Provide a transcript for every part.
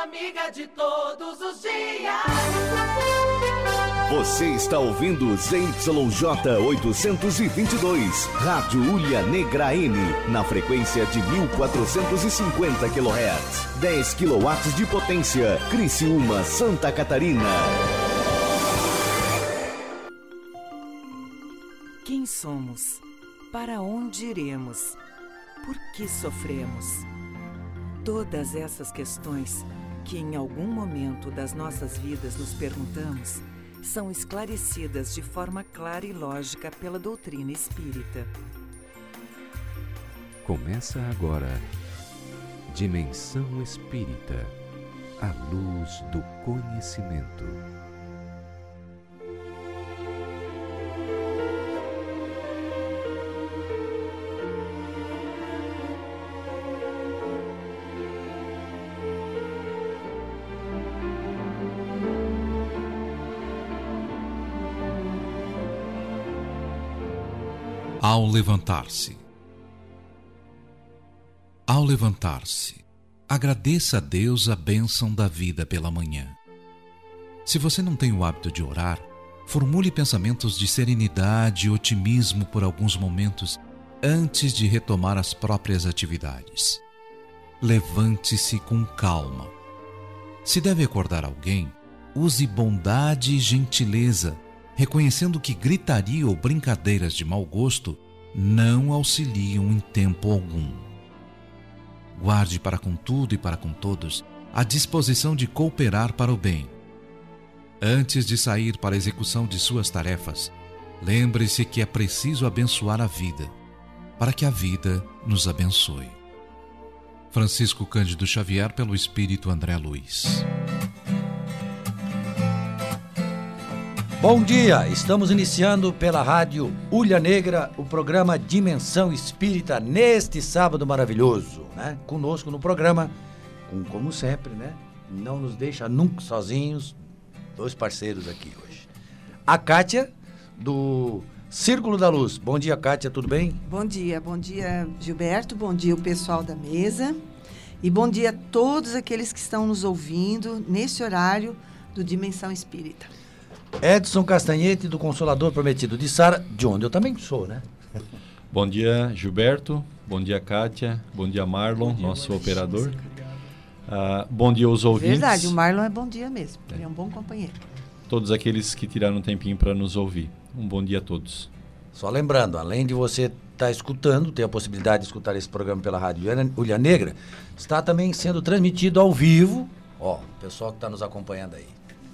amiga de todos os dias. Você está ouvindo ZYJ 822, Rádio Ulha Negra M, na frequência de 1450 kHz, 10 kW de potência, Criciúma, Santa Catarina. Quem somos? Para onde iremos? Por que sofremos? Todas essas questões que em algum momento das nossas vidas nos perguntamos são esclarecidas de forma clara e lógica pela doutrina espírita. Começa agora Dimensão Espírita, a luz do conhecimento. Ao levantar-se. Ao levantar-se, agradeça a Deus a bênção da vida pela manhã. Se você não tem o hábito de orar, formule pensamentos de serenidade e otimismo por alguns momentos antes de retomar as próprias atividades. Levante-se com calma. Se deve acordar alguém, use bondade e gentileza, reconhecendo que gritaria ou brincadeiras de mau gosto não auxiliam em tempo algum. Guarde para com tudo e para com todos a disposição de cooperar para o bem. Antes de sair para a execução de suas tarefas, lembre-se que é preciso abençoar a vida, para que a vida nos abençoe. Francisco Cândido Xavier, pelo Espírito André Luiz. Bom dia, estamos iniciando pela Rádio Ulha Negra o programa Dimensão Espírita neste sábado maravilhoso, né? Conosco no programa, como sempre, né? Não nos deixa nunca sozinhos, dois parceiros aqui hoje. A Kátia, do Círculo da Luz. Bom dia, Kátia, tudo bem? Bom dia Gilberto, bom dia o pessoal da mesa e bom dia a todos aqueles que estão nos ouvindo nesse horário do Dimensão Espírita. Edson Castanhete, do Consolador Prometido de Sara, de onde eu também sou, né? Bom dia, Gilberto. Bom dia, Kátia. Bom dia, Marlon, nosso operador. Bom dia aos ouvintes. Verdade, o Marlon é bom dia mesmo. Ele é um bom companheiro. Todos aqueles que tiraram um tempinho para nos ouvir. Um bom dia a todos. Só lembrando, além de você estar escutando, ter a possibilidade de escutar esse programa pela Rádio Ulha Negra, está também sendo transmitido ao vivo. Ó, o pessoal que está nos acompanhando aí.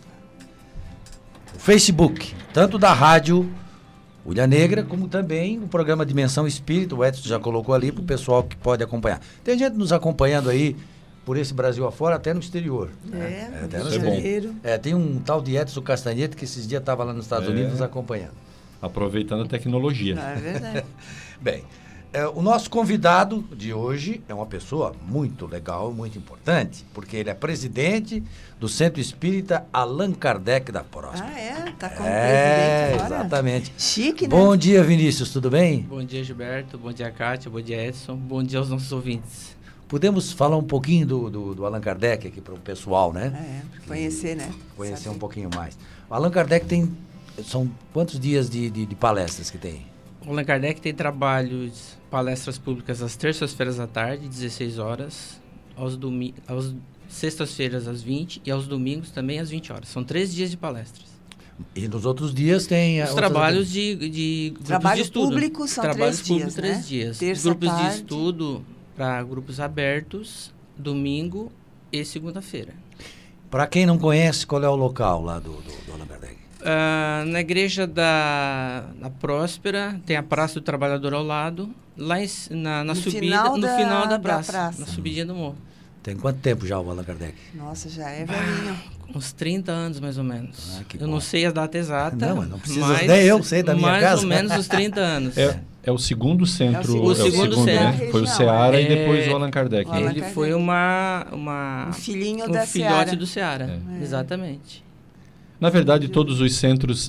O Facebook, tanto da Rádio Ulha Negra, como também o programa Dimensão Espírita, o Edson já colocou ali para o pessoal que pode acompanhar. Tem gente nos acompanhando aí por esse Brasil afora, até no exterior. Até no exterior. Tem um tal de Edson Castanhete que esses dias estava lá nos Estados Unidos nos acompanhando. Aproveitando a tecnologia. É verdade. Bem, o nosso convidado de hoje é uma pessoa muito legal, muito importante, porque ele é presidente do Centro Espírita Allan Kardec da Próspera. Tá como presidente agora? Exatamente. Chique, né? Bom dia, Vinícius, tudo bem? Bom dia, Gilberto, bom dia, Kátia, bom dia, Edson, bom dia aos nossos ouvintes. Podemos falar um pouquinho do Allan Kardec aqui para o pessoal, né? Conhecer, né? Conhecer um pouquinho mais. O Allan Kardec são quantos dias de palestras que tem? O Allan Kardec tem palestras públicas às terças-feiras à tarde, 16 horas, às sextas-feiras às 20 e aos domingos também às 20 horas. São 3 dias de palestras. E nos outros dias tem... Os trabalhos de grupos Trabalho de estudo. Público são trabalhos 3 dias, públicos, né? 3 dias. Terça, grupos tarde. de estudo para grupos abertos, domingo e segunda-feira. Para quem não conhece, qual é o local lá do Allan Kardec? Na igreja da Próspera, tem a Praça do Trabalhador ao lado, lá no final da praça, na subidinha do morro. Tem quanto tempo já o Allan Kardec? Nossa, já é velhinho. Uns 30 anos, mais ou menos. Eu não sei a data exata. Não precisa, nem eu sei da minha casa. Mais ou menos uns 30 anos. É o segundo centro. O segundo centro. Né? Foi o Seara e depois o Allan Kardec. Ele foi um filhinho da Seara. Filhote do Seara, exatamente. Na verdade, todos os centros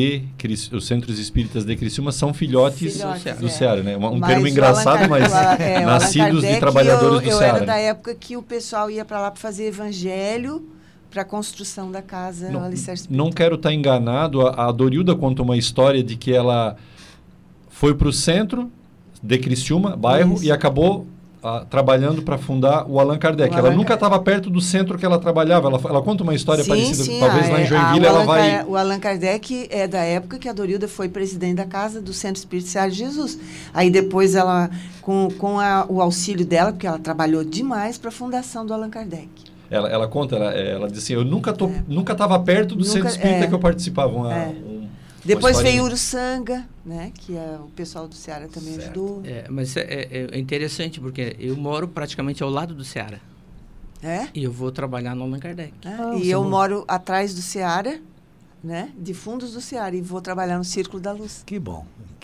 os centros espíritas de Criciúma são filhotes do Seara, né? Um termo engraçado, mas nascidos de trabalhadores do Seara. Eu era da época que o pessoal ia para lá para fazer evangelho, para a construção da casa Alicerce Espírita. Não quero estar enganado, a Dorilda conta uma história de que ela foi para o centro de Criciúma, bairro, e acabou trabalhando para fundar o Allan Kardec. Ela nunca estava perto do centro que ela trabalhava. Ela conta uma história parecida. Talvez lá em Joinville ela vai... O Allan Kardec é da época que a Dorilda foi presidente da casa do Centro Espírita Seara de Jesus. Aí depois ela, com o auxílio dela, porque ela trabalhou demais para a fundação do Allan Kardec. Ela conta, ela diz assim, eu nunca estava perto do Centro Espírita que eu participava. Depois veio Uruçanga, né, que o pessoal do Seara também ajudou. Mas é interessante, porque eu moro praticamente ao lado do Seara. E eu vou trabalhar no Allan Kardec. E eu moro atrás do Seara, né, de fundos do Seara, e vou trabalhar no Círculo da Luz. Que bom.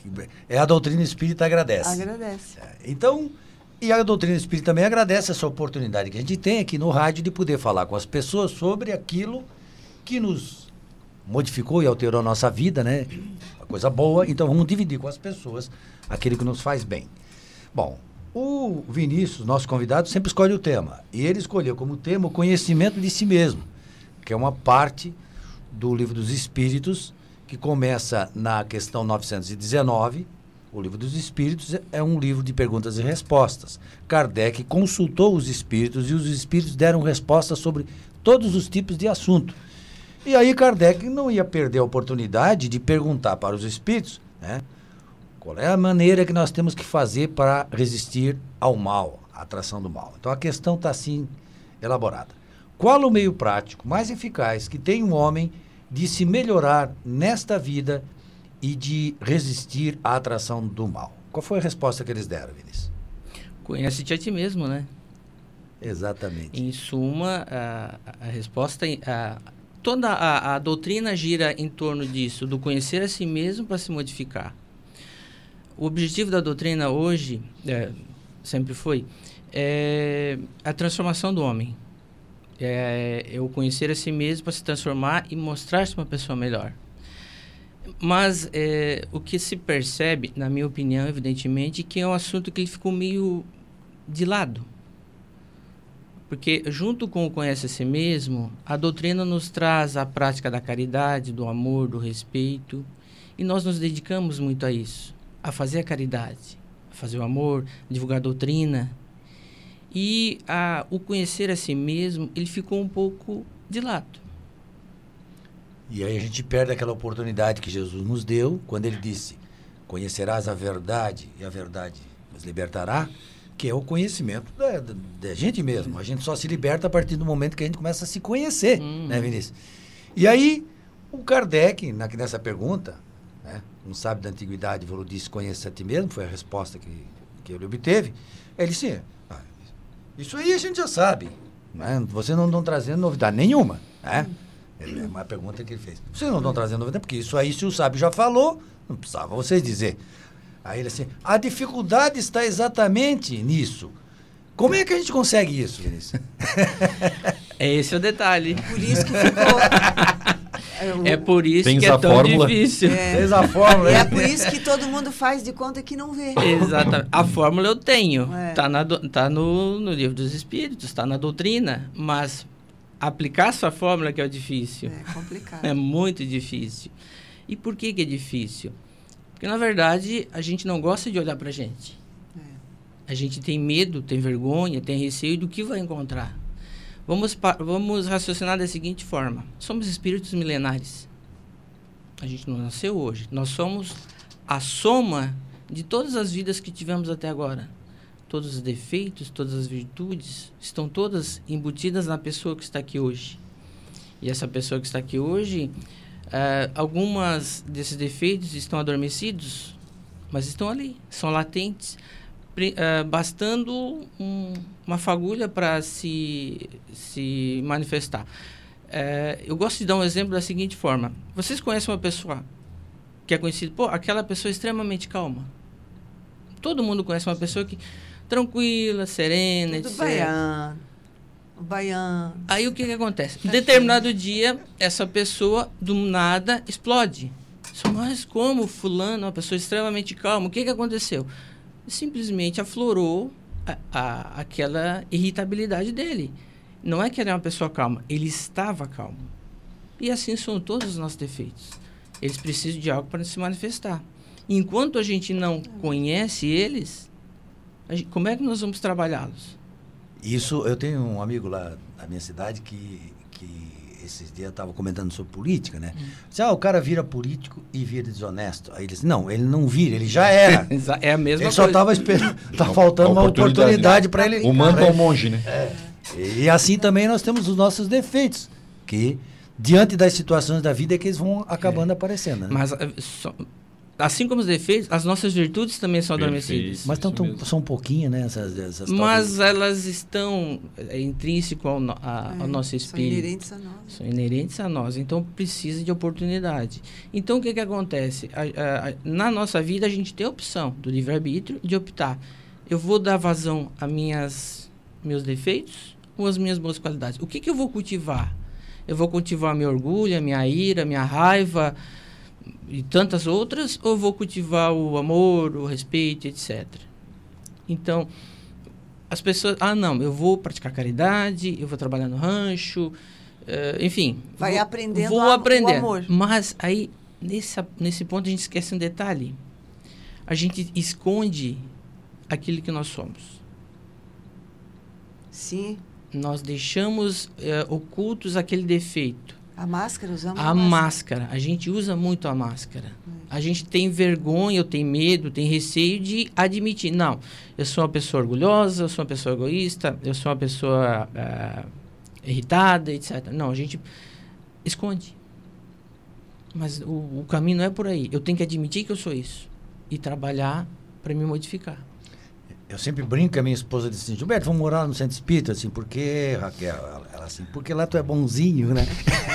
A doutrina espírita agradece. Agradece. Então, e a doutrina espírita também agradece essa oportunidade que a gente tem aqui no rádio de poder falar com as pessoas sobre aquilo que nos modificou e alterou a nossa vida, né? Uma coisa boa, então vamos dividir com as pessoas aquilo que nos faz bem. Bom, o Vinícius, nosso convidado, sempre escolhe o tema. E ele escolheu como tema o conhecimento de si mesmo, que é uma parte do Livro dos Espíritos, que começa na questão 919. O Livro dos Espíritos é um livro de perguntas e respostas. Kardec consultou os espíritos e os espíritos deram respostas sobre todos os tipos de assunto. E aí Kardec não ia perder a oportunidade de perguntar para os espíritos, né, qual é a maneira que nós temos que fazer para resistir ao mal, à atração do mal. Então a questão está assim elaborada. Qual o meio prático mais eficaz que tem um homem de se melhorar nesta vida e de resistir à atração do mal? Qual foi a resposta que eles deram, Vinícius? Conhece-te a ti mesmo, né? Exatamente. Em suma, a resposta... Toda a doutrina gira em torno disso, do conhecer a si mesmo para se modificar. O objetivo da doutrina hoje, sempre foi, a transformação do homem. É o conhecer a si mesmo para se transformar e mostrar-se uma pessoa melhor. Mas o que se percebe, na minha opinião, evidentemente, que é um assunto que ele ficou meio de lado. Porque, junto com o conhece a si mesmo, a doutrina nos traz a prática da caridade, do amor, do respeito. E nós nos dedicamos muito a isso, a fazer a caridade, a fazer o amor, divulgar a doutrina. E o conhecer a si mesmo, ele ficou um pouco de lado. E aí a gente perde aquela oportunidade que Jesus nos deu, quando ele disse, conhecerás a verdade e a verdade nos libertará, que é o conhecimento da gente mesmo. A gente só se liberta a partir do momento que a gente começa a se conhecer, né, Vinícius? E aí, o Kardec, nessa pergunta, né, um sábio da antiguidade disse, conheça a ti mesmo, foi a resposta que ele obteve. Ele disse, isso aí a gente já sabe, né? Vocês não estão trazendo novidade nenhuma, né? É uma pergunta que ele fez. Vocês não estão trazendo novidade, porque isso aí, se o sábio já falou, não precisava vocês dizer. Aí ele assim, a dificuldade está exatamente nisso. Como é que a gente consegue isso, Vinícius? Esse é o detalhe. Por isso que ficou... É por isso que é tão difícil. Fez a fórmula. É por isso que todo mundo faz de conta que não vê. Exatamente. A fórmula eu tenho. Tá no Livro dos Espíritos, está na doutrina. Mas aplicar essa fórmula que é o difícil. É complicado. É muito difícil. E por que é difícil? Porque, na verdade, a gente não gosta de olhar para a gente. A gente tem medo, tem vergonha, tem receio do que vai encontrar. Vamos raciocinar da seguinte forma. Somos espíritos milenares. A gente não nasceu hoje. Nós somos a soma de todas as vidas que tivemos até agora. Todos os defeitos, todas as virtudes, estão todas embutidas na pessoa que está aqui hoje. E essa pessoa que está aqui hoje... algumas desses defeitos estão adormecidos, mas estão ali, são latentes, bastando uma fagulha para se manifestar. Eu gosto de dar um exemplo da seguinte forma. Vocês conhecem uma pessoa que é conhecida, aquela pessoa é extremamente calma. Todo mundo conhece uma pessoa que tranquila, serena, tudo etc. baiano. O baiano. Aí o que acontece? Em determinado dia, essa pessoa, do nada, explode. Mas como fulano, uma pessoa extremamente calma, o que aconteceu? Simplesmente aflorou aquela irritabilidade dele. Não é que ele é uma pessoa calma, ele estava calmo. E assim são todos os nossos defeitos. Eles precisam de algo para se manifestar. Enquanto a gente não conhece eles, como é que nós vamos trabalhá-los? Isso, eu tenho um amigo lá na minha cidade que esses dias estava comentando sobre política, né? O cara vira político e vira desonesto. Aí ele disse, não, ele não vira, ele já era. É a mesma coisa. Ele só estava esperando, tá faltando uma oportunidade para ele. O manto ao monge, né? E assim também nós temos os nossos defeitos, que diante das situações da vida é que eles vão acabando aparecendo. Né? Mas assim como os defeitos, as nossas virtudes também são adormecidas. Mas são um pouquinho, né? Essas mas elas estão intrínsecas ao nosso espírito. São inerentes a nós. São inerentes a nós. Então, precisa de oportunidade. Então, o que acontece? Na nossa vida, a gente tem a opção do livre-arbítrio de optar. Eu vou dar vazão a meus defeitos ou as minhas boas qualidades? O que eu vou cultivar? Eu vou cultivar meu orgulho, a minha ira, a minha raiva e tantas outras, ou vou cultivar o amor, o respeito, etc. Então, as pessoas... não, eu vou praticar caridade, eu vou trabalhar no rancho, enfim. Vai aprendendo vou aprender. O amor. Mas aí, nesse ponto, a gente esquece um detalhe. A gente esconde aquilo que nós somos. Sim. Nós deixamos ocultos aquele defeito. A máscara, usamos a máscara. A gente usa muito a máscara. A gente tem vergonha, eu tenho medo, tem receio de admitir. Não, eu sou uma pessoa orgulhosa, eu sou uma pessoa egoísta, eu sou uma pessoa irritada, etc. Não, a gente esconde. Mas o caminho não é por aí. Eu tenho que admitir que eu sou isso. E trabalhar para me modificar. Eu sempre brinco com a minha esposa, disse assim, Gilberto, vamos morar no centro espírita, assim, por quê, Raquel? Ela assim, porque lá tu é bonzinho, né?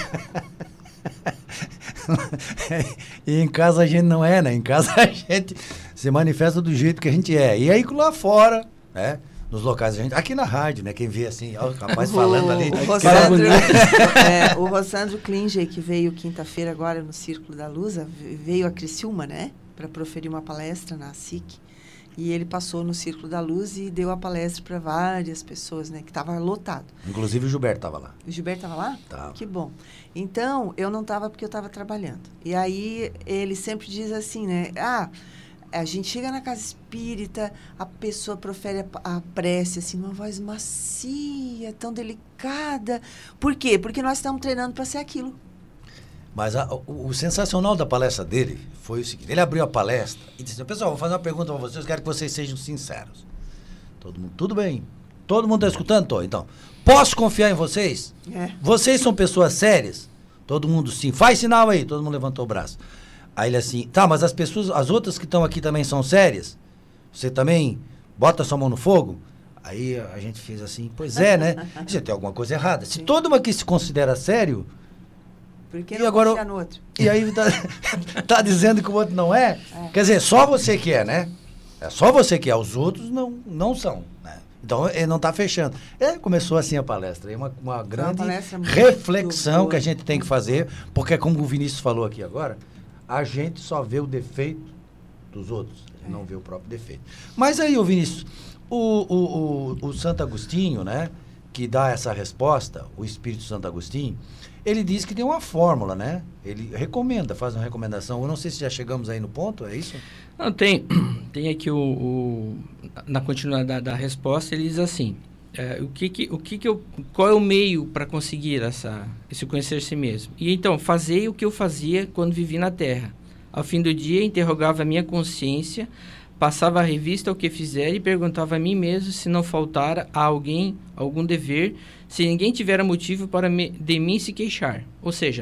E em casa a gente não é, né? Em casa a gente se manifesta do jeito que a gente é. E aí lá fora, né? Nos locais a gente... Aqui na rádio, né? Quem vê assim, ó, o rapaz falando ali... O Rossandro Klinger, que veio quinta-feira agora no Círculo da Luz, veio a Criciúma, né? Para proferir uma palestra na SIC. E ele passou no Círculo da Luz e deu a palestra para várias pessoas, né? Que estava lotado. Inclusive o Gilberto estava lá. O Gilberto estava lá? Tava. Que bom. Então, eu não estava porque eu estava trabalhando. E aí, ele sempre diz assim, né? A gente chega na casa espírita, a pessoa profere a prece, assim, uma voz macia, tão delicada. Por quê? Porque nós estamos treinando para ser aquilo. Mas o sensacional da palestra dele foi o seguinte, ele abriu a palestra e disse, pessoal, vou fazer uma pergunta para vocês, quero que vocês sejam sinceros. Todo mundo, tudo bem? Todo mundo está escutando? Tô. Então, posso confiar em vocês? Vocês são pessoas sérias? Todo mundo sim. Faz sinal aí. Todo mundo levantou o braço. Aí ele assim, tá, mas as outras que estão aqui também são sérias? Você também bota sua mão no fogo? Aí a gente fez assim, pois é, né? Já tem alguma coisa errada. Se todo mundo aqui se considera sério... Por que não agora confiar no outro? E aí tá dizendo que o outro não é? Quer dizer, só você que é, né? É só você que é, os outros não são, né? Então, ele não está fechando. Começou assim a palestra. É uma grande reflexão que a gente tem que fazer, porque como o Vinícius falou aqui agora, a gente só vê o defeito dos outros, não vê o próprio defeito. Mas aí, o Vinícius, o Santo Agostinho, né? Que dá essa resposta, o Espírito Santo Agostinho, ele diz que tem uma fórmula, né? Ele recomenda, faz uma recomendação. Eu não sei se já chegamos aí no ponto, é isso? Não, tem aqui na continuidade da resposta, ele diz assim, qual é o meio para conseguir esse conhecer si mesmo? E então, fazei o que eu fazia quando vivi na Terra. Ao fim do dia, interrogava a minha consciência, passava a revista ao que fizer e perguntava a mim mesmo se não faltara a alguém algum dever, se ninguém tivera motivo para de mim se queixar. Ou seja,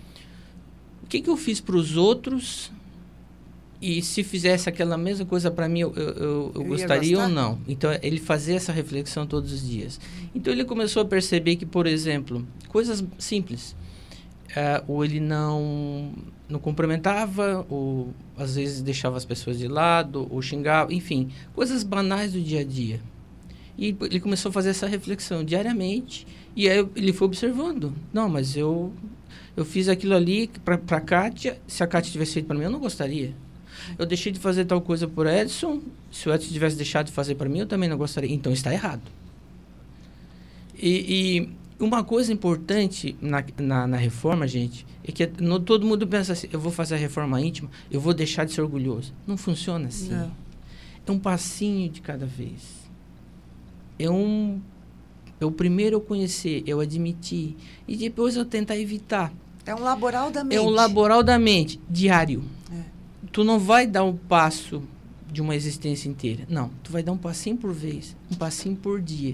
o que eu fiz para os outros e se fizesse aquela mesma coisa para mim, eu gostaria ou não? Então, ele fazia essa reflexão todos os dias. Então, ele começou a perceber que, por exemplo, coisas simples, ou ele não cumprimentava, ou às vezes deixava as pessoas de lado, ou xingava, enfim, coisas banais do dia a dia. E ele começou a fazer essa reflexão diariamente. E aí ele foi observando. Não, mas eu fiz aquilo ali para a Kátia. Se a Kátia tivesse feito para mim, eu não gostaria. Eu deixei de fazer tal coisa por Edson. Se o Edson tivesse deixado de fazer para mim, eu também não gostaria. Então está errado. E uma coisa importante na reforma, gente, é que todo mundo pensa assim, eu vou fazer a reforma íntima, eu vou deixar de ser orgulhoso. Não funciona assim. Não. É um passinho de cada vez. É o primeiro eu conhecer, eu admitir, e depois eu tentar evitar. É um laboral da mente. É um laboral da mente, diário. Tu não vai dar um passo de uma existência inteira. Não, tu vai dar um passinho por vez, um passinho por dia.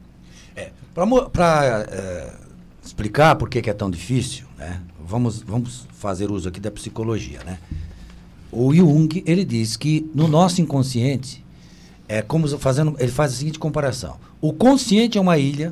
Para explicar por que é tão difícil, né? Vamos fazer uso aqui da psicologia, né? O Jung, ele diz que no nosso inconsciente, ele faz a seguinte comparação. O consciente é uma ilha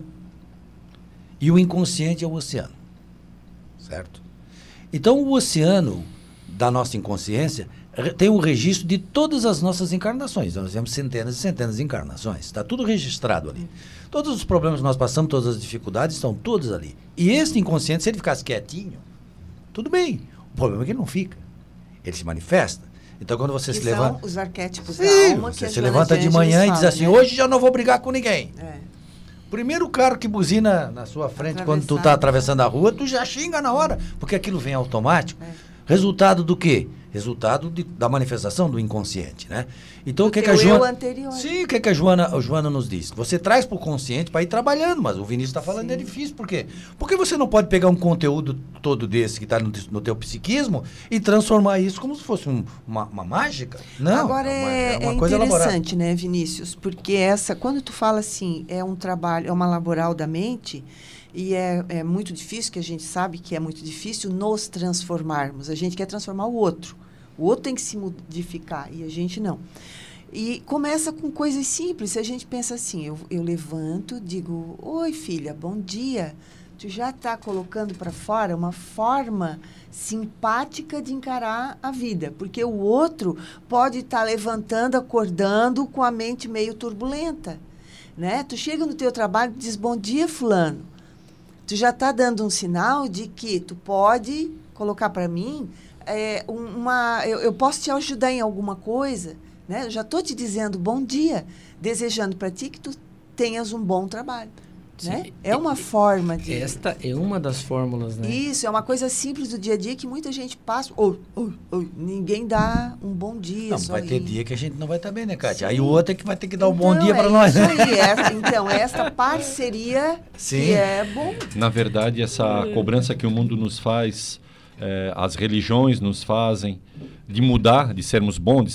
e o inconsciente é o oceano. Certo? Então, o oceano da nossa inconsciência tem um registro de todas as nossas encarnações. Nós temos centenas e centenas de encarnações. Está tudo registrado ali. Todos os problemas que nós passamos, todas as dificuldades, estão todas ali. E esse inconsciente, se ele ficasse quietinho, tudo bem. O problema é que ele não fica. Ele se manifesta. Então, quando você se levanta... São os arquétipos da alma que você se levanta de manhã e diz assim, hoje já não vou brigar com ninguém. Primeiro carro que buzina na sua frente quando tu está atravessando a rua, tu já xinga na hora, porque aquilo vem automático. Resultado do quê? Resultado da manifestação do inconsciente, né? Então, o que a Joana... anterior. Sim, o que a Joana nos diz? Você traz para o consciente para ir trabalhando, mas o Vinícius está falando é difícil, por quê? Porque você não pode pegar um conteúdo todo desse que está no teu psiquismo e transformar isso como se fosse uma mágica. Não, agora é uma coisa interessante, né, Vinícius? Porque quando tu fala assim, é um trabalho, é uma laboral da mente... E é muito difícil, que a gente sabe que é muito difícil nos transformarmos. A gente quer transformar o outro. O outro tem que se modificar e a gente não. E começa com coisas simples. Se a gente pensa assim, eu levanto, digo, oi filha, bom dia. Tu já está colocando para fora uma forma simpática de encarar a vida. Porque o outro pode estar levantando, acordando com a mente meio turbulenta. Né? Tu chega no teu trabalho e diz, bom dia fulano. Tu já está dando um sinal de que tu pode colocar para mim eu posso te ajudar em alguma coisa, né? Eu já estou te dizendo bom dia, desejando para ti que tu tenhas um bom trabalho. Né? É uma forma de... Esta é uma das fórmulas, né? Isso, é uma coisa simples do dia a dia que muita gente passa. Ninguém dá um bom dia. Não, vai ter dia que a gente não vai estar bem, né, Kátia? Aí o outro é que vai ter que dar um bom dia para nós. Isso aí, então, essa parceria que é bom. Na verdade, essa cobrança que o mundo nos faz, as religiões nos fazem, de mudar, de sermos bons,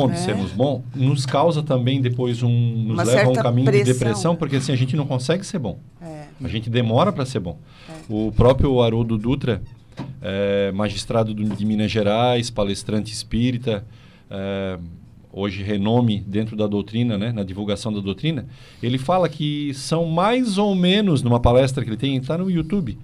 nos causa também depois nos leva a um caminho de depressão, porque assim a gente não consegue ser bom. A gente demora para ser bom. O próprio Haroldo Dutra, magistrado de Minas Gerais, palestrante espírita, hoje renome dentro da doutrina, né, na divulgação da doutrina, ele fala que são mais ou menos, numa palestra que ele tem, está no YouTube,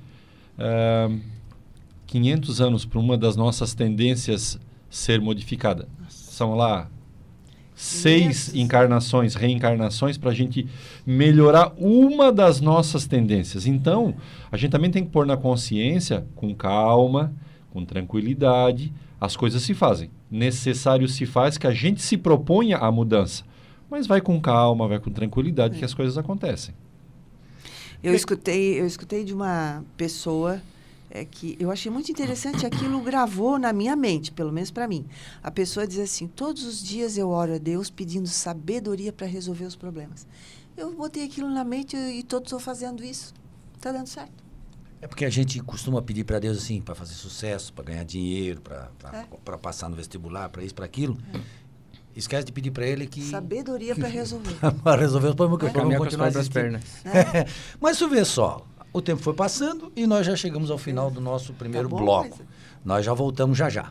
500 anos para uma das nossas tendências ser modificada. São lá 6 encarnações, reencarnações, para a gente melhorar uma das nossas tendências. Então, a gente também tem que pôr na consciência, com calma, com tranquilidade, as coisas se fazem. Necessário se faz que a gente se proponha a mudança. Mas vai com calma, vai com tranquilidade, que as coisas acontecem. Eu escutei de uma pessoa... que eu achei muito interessante, aquilo gravou na minha mente, pelo menos para mim. A pessoa diz assim, todos os dias eu oro a Deus pedindo sabedoria para resolver os problemas. Eu botei aquilo na mente e todos estão fazendo isso. Está dando certo. É porque a gente costuma pedir para Deus assim, para fazer sucesso, para ganhar dinheiro, para passar no vestibular, para isso, para aquilo. Esquece de pedir para ele que... Sabedoria para resolver. Para resolver os problemas, que o problema continua das pernas. Mas tu vê só... O tempo foi passando e nós já chegamos ao final do nosso primeiro bloco. Nós já voltamos já.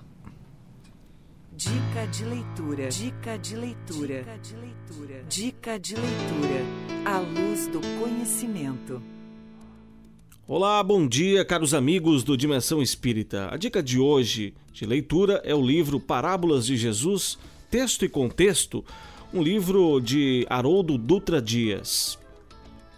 Dica de leitura. Dica de leitura. Dica de leitura. Dica de leitura. À luz do conhecimento. Olá, bom dia, caros amigos do Dimensão Espírita. A dica de hoje de leitura é o livro Parábolas de Jesus, Texto e Contexto, um livro de Haroldo Dutra Dias.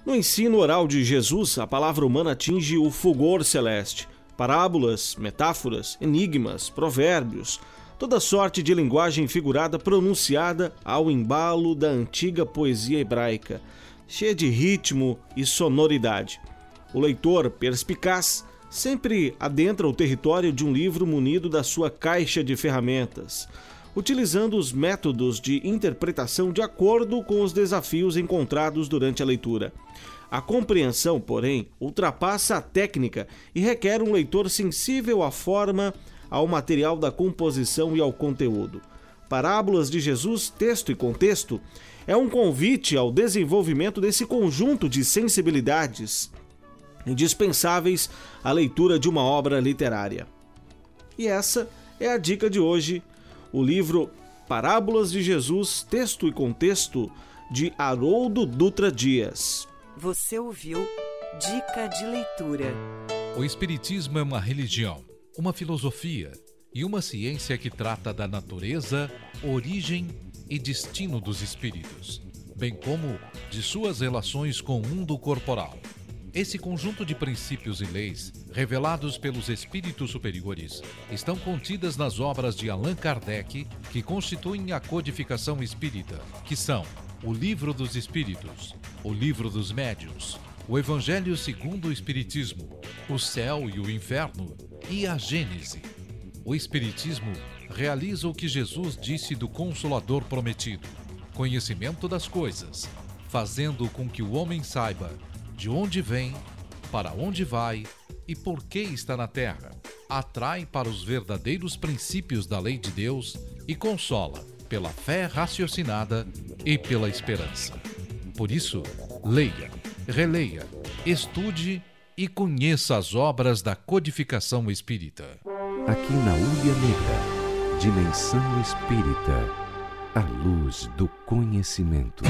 No ensino oral de Jesus, a palavra humana atinge o fulgor celeste. Parábolas, metáforas, enigmas, provérbios, toda sorte de linguagem figurada pronunciada ao embalo da antiga poesia hebraica, cheia de ritmo e sonoridade. O leitor perspicaz sempre adentra o território de um livro munido da sua caixa de ferramentas, utilizando os métodos de interpretação de acordo com os desafios encontrados durante a leitura. A compreensão, porém, ultrapassa a técnica e requer um leitor sensível à forma, ao material da composição e ao conteúdo. Parábolas de Jesus, texto e contexto, é um convite ao desenvolvimento desse conjunto de sensibilidades indispensáveis à leitura de uma obra literária. E essa é a dica de hoje, o livro Parábolas de Jesus, texto e contexto, de Haroldo Dutra Dias. Você ouviu Dica de Leitura. O Espiritismo é uma religião, uma filosofia e uma ciência que trata da natureza, origem e destino dos espíritos, bem como de suas relações com o mundo corporal. Esse conjunto de princípios e leis, revelados pelos espíritos superiores, estão contidas nas obras de Allan Kardec, que constituem a codificação espírita, que são o Livro dos Espíritos, o Livro dos Médiuns, o Evangelho segundo o Espiritismo, o Céu e o Inferno e a Gênese. O Espiritismo realiza o que Jesus disse do Consolador prometido, conhecimento das coisas, fazendo com que o homem saiba de onde vem, para onde vai e por que está na Terra. Atrai para os verdadeiros princípios da lei de Deus e consola pela fé raciocinada e pela esperança. Por isso, leia, releia, estude e conheça as obras da codificação espírita. Aqui na Ulha Negra, Dimensão Espírita, a luz do conhecimento.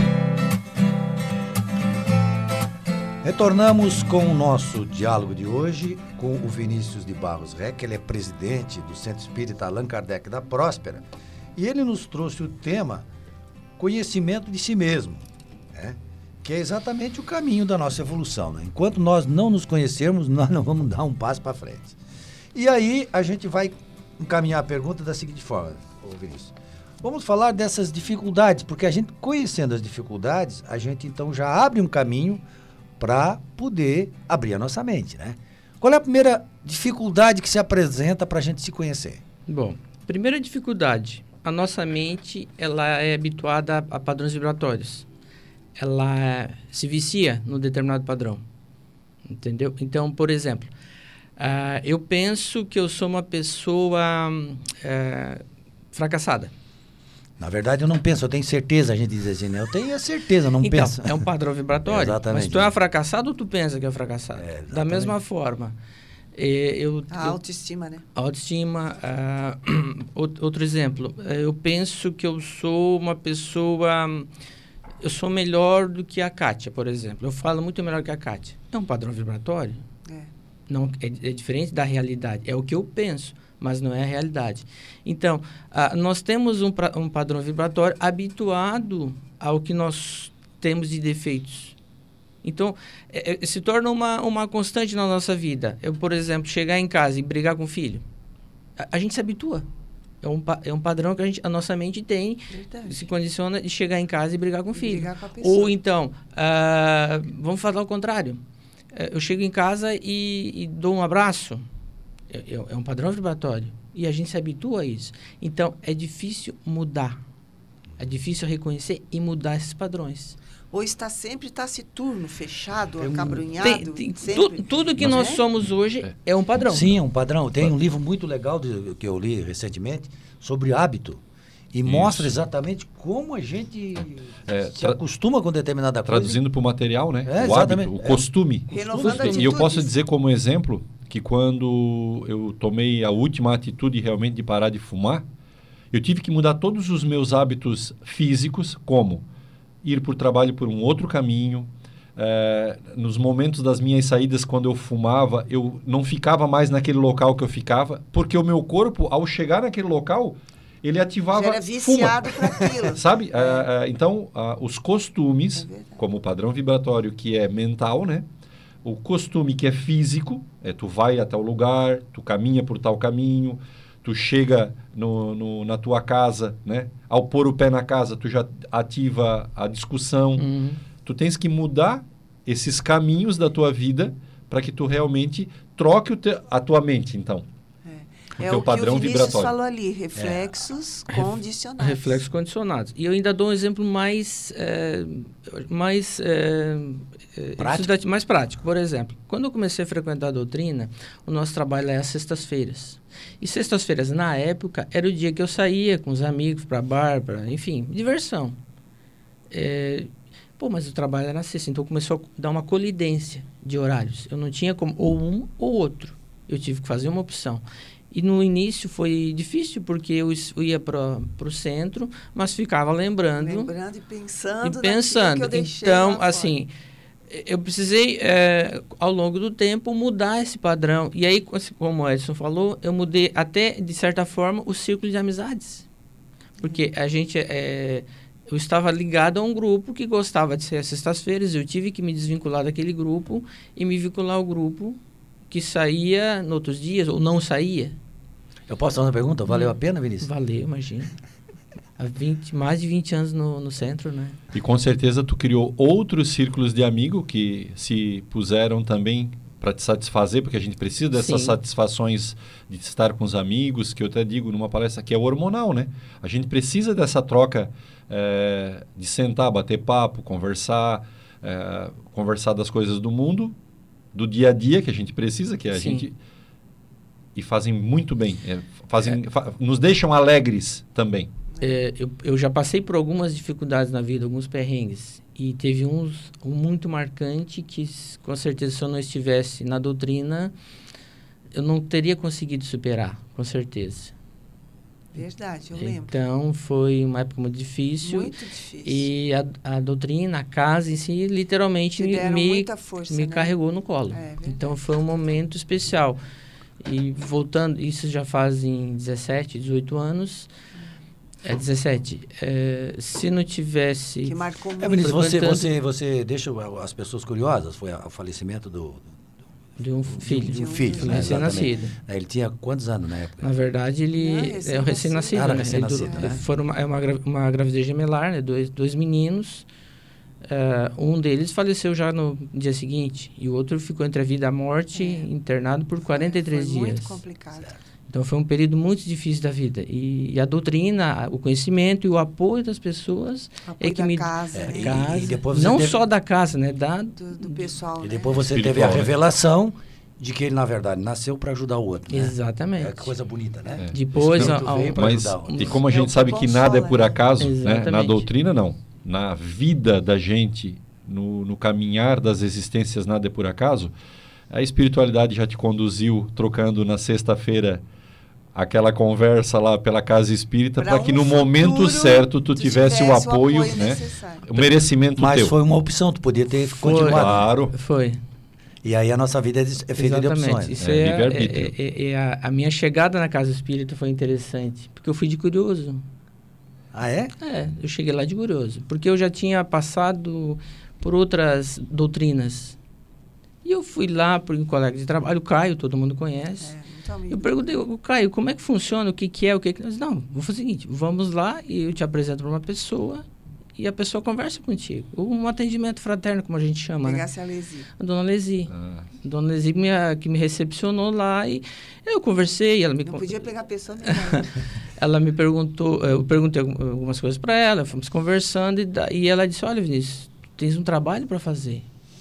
Retornamos com o nosso diálogo de hoje com o Vinícius de Barros Reck, ele é presidente do Centro Espírita Allan Kardec da Próspera, e ele nos trouxe o tema conhecimento de si mesmo, né? Que é exatamente o caminho da nossa evolução, né? Enquanto nós não nos conhecermos, nós não vamos dar um passo para frente. E aí a gente vai encaminhar a pergunta da seguinte forma, Vinícius. Vamos falar dessas dificuldades, porque a gente conhecendo as dificuldades, a gente então já abre um caminho para poder abrir a nossa mente, né? Qual é a primeira dificuldade que se apresenta para a gente se conhecer? Bom, primeira dificuldade, a nossa mente ela é habituada a padrões vibratórios. Ela se vicia num determinado padrão, entendeu? Então, por exemplo, eu penso que eu sou uma pessoa fracassada. Na verdade, eu não penso, eu tenho certeza, a gente diz assim, né? Eu tenho a certeza, não penso. É um padrão vibratório. Exatamente. Mas tu é fracassado ou tu pensa que é fracassado? Da mesma forma. A autoestima, né? Autoestima. Outro exemplo. Eu penso que eu sou uma pessoa... Eu sou melhor do que a Kátia, por exemplo. Eu falo muito melhor que a Kátia. É um padrão vibratório? Não, é diferente da realidade. É o que eu penso, mas não é a realidade. Então, nós temos um padrão vibratório habituado ao que nós temos de defeitos. Então, se torna uma constante na nossa vida. Eu, por exemplo, chegar em casa e brigar com o filho. A gente se habitua. É um padrão que a nossa mente tem. Verdade. Se condiciona de chegar em casa e brigar com o filho. Brigar com a pessoa. Ou então, vamos falar o contrário. Eu chego em casa e dou um abraço. É um padrão vibratório. E a gente se habitua a isso. Então, é difícil mudar. É difícil reconhecer e mudar esses padrões. Ou está sempre taciturno, fechado, acabrunhado. Tudo que nós somos hoje é um padrão. Sim, é um padrão. Tem um livro muito legal que eu li recentemente sobre hábito. E mostra exatamente como a gente se acostuma com determinada coisa. Traduzindo para o material, né? O hábito, o costume. E eu posso dizer como exemplo que quando eu tomei a última atitude realmente de parar de fumar, eu tive que mudar todos os meus hábitos físicos, como ir para o trabalho por um outro caminho. Nos momentos das minhas saídas, quando eu fumava, eu não ficava mais naquele local que eu ficava, porque o meu corpo, ao chegar naquele local, ele ativava... Já era viciado para aquilo. Sabe? Então, os costumes, como o padrão vibratório, que é mental, né? O costume que é físico, tu vai até o lugar, tu caminha por tal caminho, tu chega na tua casa, né? Ao pôr o pé na casa, tu já ativa a discussão. Tu tens que mudar esses caminhos da tua vida para que tu realmente troque a tua mente, então. É o padrão que o Vinícius falou ali, reflexos condicionados. Reflexos condicionados. E eu ainda dou um exemplo mais prático. Por exemplo, quando eu comecei a frequentar a doutrina, o nosso trabalho é às sextas-feiras. E sextas-feiras, na época, era o dia que eu saía com os amigos para bar, enfim, diversão. Mas o trabalho era na sexta, então começou a dar uma colidência de horários. Eu não tinha como ou um ou outro. Eu tive que fazer uma opção. E no início foi difícil, porque eu ia para o centro, mas ficava lembrando e pensando. Que eu deixei então, assim, eu precisei, ao longo do tempo, mudar esse padrão. E aí, como o Edson falou, eu mudei até, de certa forma, o círculo de amizades. Porque a gente... eu estava ligado a um grupo que gostava de ser às sextas-feiras, eu tive que me desvincular daquele grupo e me vincular ao grupo que saía nos outros dias, ou não saía. Eu posso fazer uma pergunta? Valeu a pena, Vinícius? Valeu, imagina. Há mais de 20 anos no centro, né? E com certeza tu criou outros círculos de amigo que se puseram também para te satisfazer, porque a gente precisa dessas satisfações de estar com os amigos, que eu até digo numa palestra que é hormonal, né? A gente precisa dessa troca de sentar, bater papo, conversar das coisas do mundo, do dia a dia que a gente precisa, que a gente... E fazem muito bem, nos deixam alegres também. Eu já passei por algumas dificuldades na vida, alguns perrengues. E teve um muito marcante que, com certeza, se eu não estivesse na doutrina, eu não teria conseguido superar, com certeza. Verdade, eu lembro. Então, foi uma época muito difícil. Muito difícil. E a doutrina, a casa em si, literalmente me carregou no colo. Então, foi um momento especial. E voltando, isso já fazem 17, 18 anos... 17. Se não tivesse... Que marcou muito. Vinícius, você deixa as pessoas curiosas? Foi o falecimento de um filho. De um filho, né? Recém-nascido. Ele tinha quantos anos na época? Na verdade, ele é um recém-nascido. Né? Recém-nascido, né? Foi uma gravidez gemelar, né? Dois meninos. Um deles faleceu já no dia seguinte. E o outro ficou entre a vida e a morte, internado por 43 dias. Muito complicado. Então, foi um período muito difícil da vida. E a doutrina, o conhecimento e o apoio das pessoas casa. E depois não só da casa, né? Do pessoal. E depois você teve a revelação de que ele, na verdade, nasceu para ajudar o outro. Né? Exatamente. Que coisa bonita, né? Depois... E como a gente sabe que nada é por acaso, né? Na doutrina, não. Na vida da gente, no caminhar das existências, nada é por acaso. A espiritualidade já te conduziu, trocando na sexta-feira aquela conversa lá pela casa espírita, para que no momento certo tu tivesse o apoio, né? O merecimento teu. Mas foi uma opção, tu podia ter continuado. Claro. Foi. E aí a nossa vida é feita de opções. Isso a minha chegada na casa espírita foi interessante, porque eu fui de curioso. Ah, é? Eu cheguei lá de curioso, porque eu já tinha passado por outras doutrinas. E eu fui lá para um colega de trabalho, o Caio, todo mundo conhece. Eu perguntei, Caio, como é que funciona, o que é, o que é? Ele disse, não, vou fazer o seguinte, vamos lá e eu te apresento para uma pessoa e a pessoa conversa contigo. Um atendimento fraterno, como a gente chama, Pegasse a Lesi. A dona Lesi. A dona Lesi que me recepcionou lá e eu conversei. Ela me não podia pegar a pessoa. Ela me perguntou, eu perguntei algumas coisas para ela, fomos conversando e ela disse, olha, Vinícius, tens um trabalho para fazer.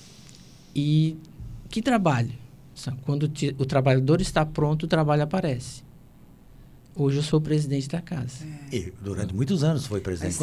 E que trabalho? Quando o trabalhador está pronto, o trabalho aparece. Hoje eu sou o presidente da casa. E durante muitos anos foi presidente.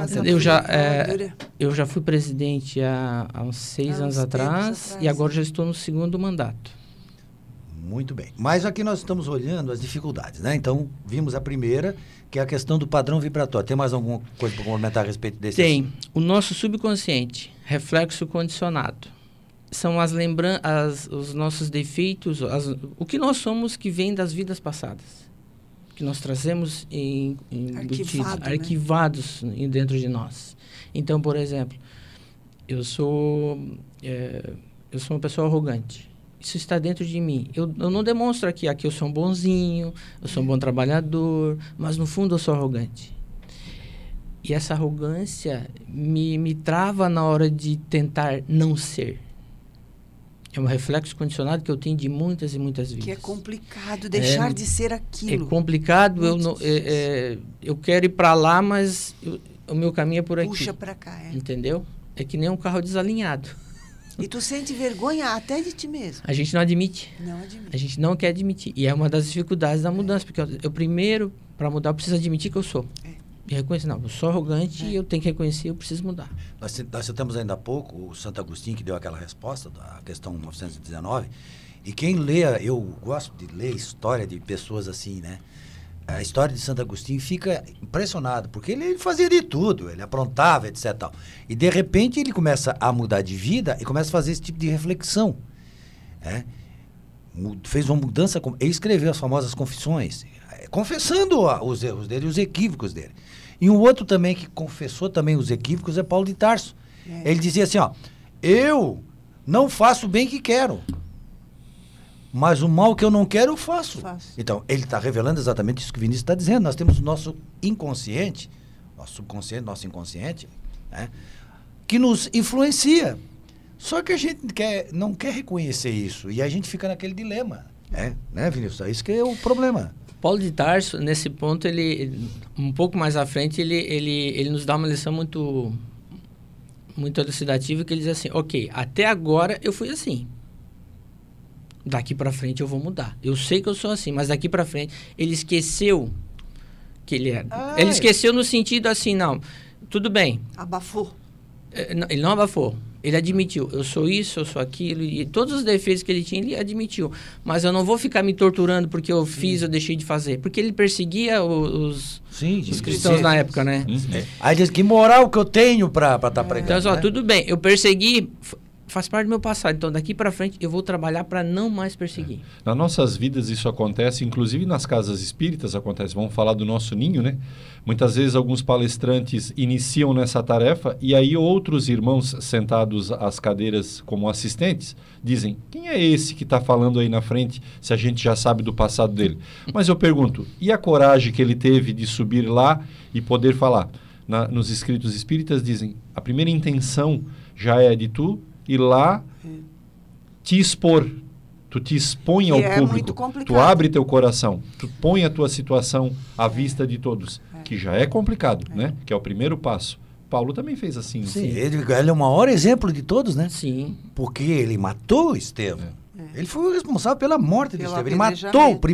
Eu já fui presidente há uns 6 anos atrás e agora já estou no 2º mandato. Muito bem. Mas aqui nós estamos olhando as dificuldades, né? Então, vimos a primeira, que é a questão do padrão vibratório. Tem mais alguma coisa para comentar a respeito desse assunto? O nosso subconsciente, reflexo condicionado. São as lembranças, os nossos defeitos, o que nós somos que vem das vidas passadas. que nós trazemos arquivados dentro de nós. Então, por exemplo, eu sou uma pessoa arrogante. Isso está dentro de mim. Eu não demonstro aqui eu sou um bonzinho, eu sou um bom trabalhador, mas no fundo eu sou arrogante. E essa arrogância me trava na hora de tentar não ser. É um reflexo condicionado que eu tenho de muitas e muitas vidas. Que é complicado deixar de ser aquilo. É complicado. Eu quero ir para lá, mas o meu caminho é por aqui. Puxa para cá, Entendeu? É que nem um carro desalinhado. E tu sente vergonha até de ti mesmo. A gente não admite. Não admite. A gente não quer admitir. E é uma das dificuldades da mudança. Porque eu primeiro, para mudar, eu preciso admitir que eu sou. E reconhecer, não, eu sou arrogante e eu tenho que reconhecer, eu preciso mudar. Nós citamos ainda há pouco o Santo Agostinho, que deu aquela resposta da questão 919. E quem lê, eu gosto de ler história de pessoas assim, né? A história de Santo Agostinho fica impressionado, porque ele fazia de tudo, ele aprontava, etc. Tal. E de repente ele começa a mudar de vida e começa a fazer esse tipo de reflexão. Fez uma mudança, ele escreveu as famosas confissões, confessando os erros dele, os equívocos dele. E um outro também que confessou também os equívocos é Paulo de Tarso. Ele dizia assim, eu não faço o bem que quero, mas o mal que eu não quero eu faço. Então, ele está revelando exatamente isso que o Vinícius está dizendo. Nós temos o nosso inconsciente, nosso subconsciente, nosso inconsciente, né, que nos influencia. Só que a gente não quer reconhecer isso. E a gente fica naquele dilema. Né, Vinícius? Isso que é o problema. Paulo de Tarso, nesse ponto, ele um pouco mais à frente, ele nos dá uma lição muito, muito elucidativa, que ele diz assim, ok, até agora eu fui assim. Daqui para frente eu vou mudar. Eu sei que eu sou assim, mas daqui para frente ele esqueceu que ele era. Ele esqueceu no sentido assim, não, tudo bem. Abafou. Ele não abafou. Ele admitiu, eu sou isso, eu sou aquilo, e todos os defeitos que ele tinha, ele admitiu. Mas eu não vou ficar me torturando porque eu fiz, eu deixei de fazer. Porque ele perseguia os cristãos na época, né? Aí diz, que moral que eu tenho para estar pregando. Então, tudo bem, eu persegui, faz parte do meu passado. Então, daqui para frente, eu vou trabalhar para não mais perseguir. Nas nossas vidas isso acontece, inclusive nas casas espíritas acontece. Vamos falar do nosso ninho, né? Muitas vezes alguns palestrantes iniciam nessa tarefa e aí outros irmãos sentados às cadeiras como assistentes dizem, quem é esse que está falando aí na frente se a gente já sabe do passado dele? Mas eu pergunto, e a coragem que ele teve de subir lá e poder falar? Nos escritos espíritas dizem, a primeira intenção já é de tu ir lá te expor. Tu te expõe ao público, tu abre teu coração, tu põe a tua situação à vista de todos, que já é complicado, né? Que é o primeiro passo. Paulo também fez assim. Sim, ele é o maior exemplo de todos, né? Sim. Porque ele matou Estevão. Ele foi o responsável pela morte de Estevão. Ele matou o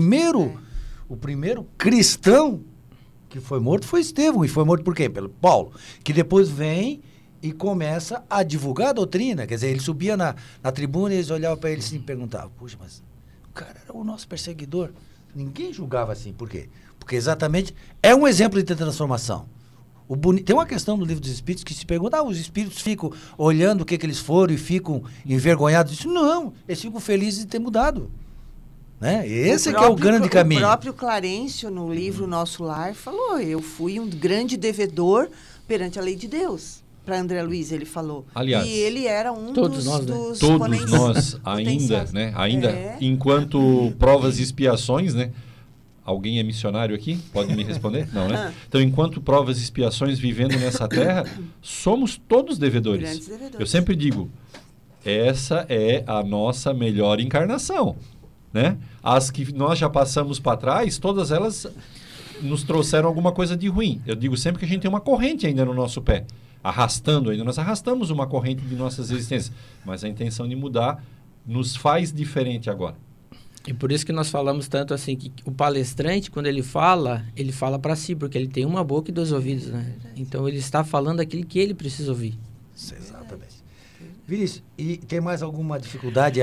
primeiro cristão que foi morto foi Estevão. E foi morto por quem? Pelo Paulo. Que depois vem e começa a divulgar a doutrina. Quer dizer, ele subia na tribuna e eles olhavam para ele assim e perguntavam, puxa, mas o cara era o nosso perseguidor. Ninguém julgava assim. Por quê? Porque exatamente é um exemplo de transformação. Tem uma questão no Livro dos Espíritos que se pergunta, os espíritos ficam olhando o que eles foram e ficam envergonhados. Isso não, eles ficam felizes de ter mudado. Né? Esse que é o grande caminho. O próprio Clarencio, no livro Nosso Lar, falou, eu fui um grande devedor perante a lei de Deus. Para André Luiz, ele falou. Aliás, e ele era um todos dos todos nós ainda, né? Enquanto provas e expiações, né? Alguém é missionário aqui? Pode me responder? Não, né? Então, enquanto provas e expiações vivendo nessa terra, somos todos devedores. Grandes devedores. Eu sempre digo, essa é a nossa melhor encarnação, né? As que nós já passamos para trás, todas elas nos trouxeram alguma coisa de ruim. Eu digo sempre que a gente tem uma corrente ainda no nosso pé, arrastando ainda. Nós arrastamos uma corrente de nossas existências, mas a intenção de mudar nos faz diferente agora. E por isso que nós falamos tanto assim, que o palestrante, quando ele fala para si, porque ele tem uma boca e 2 ouvidos, né? Então ele está falando aquilo que ele precisa ouvir. Exatamente. Vinícius, e tem mais alguma dificuldade?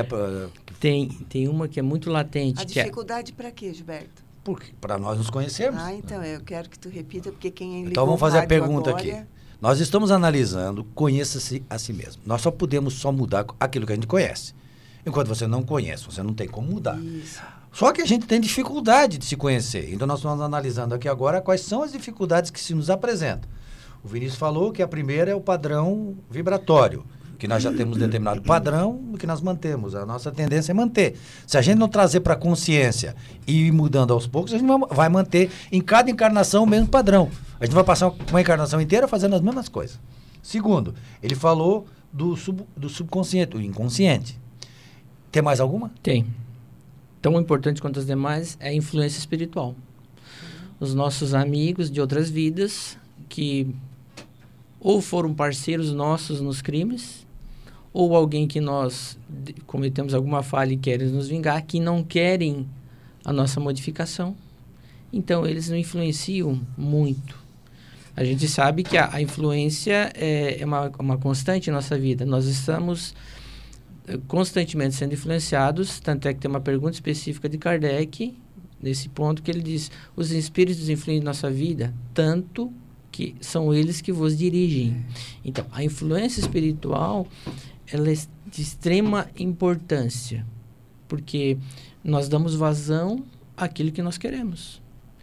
Tem uma que é muito latente. A dificuldade para quê, Gilberto? Porque para nós nos conhecermos. Então eu quero que tu repita, porque quem ligou então vamos fazer a pergunta agora... aqui. Nós estamos analisando, conheça-se a si mesmo. Nós só podemos mudar aquilo que a gente conhece. Enquanto você não conhece, você não tem como mudar. Isso. Só que a gente tem dificuldade de se conhecer. Então, nós estamos analisando aqui agora quais são as dificuldades que se nos apresentam. O Vinícius falou que a primeira é o padrão vibratório, que nós já temos determinado padrão que nós mantemos. A nossa tendência é manter. Se a gente não trazer para a consciência e ir mudando aos poucos, a gente vai manter em cada encarnação o mesmo padrão. A gente vai passar uma encarnação inteira fazendo as mesmas coisas. Segundo, ele falou do subconsciente, do inconsciente. Tem mais alguma? Tem. Tão importante quanto as demais é a influência espiritual. Os nossos amigos de outras vidas que ou foram parceiros nossos nos crimes, ou alguém que nós cometemos alguma falha e querem nos vingar, que não querem a nossa modificação. Então, eles não influenciam muito. A gente sabe que a influência é uma constante em nossa vida. Nós estamos constantemente sendo influenciados, tanto é que tem uma pergunta específica de Kardec, nesse ponto, que ele diz: os espíritos influem em nossa vida, tanto que são eles que vos dirigem. Então, a influência espiritual, ela é de extrema importância, porque nós damos vazão àquilo que nós queremos.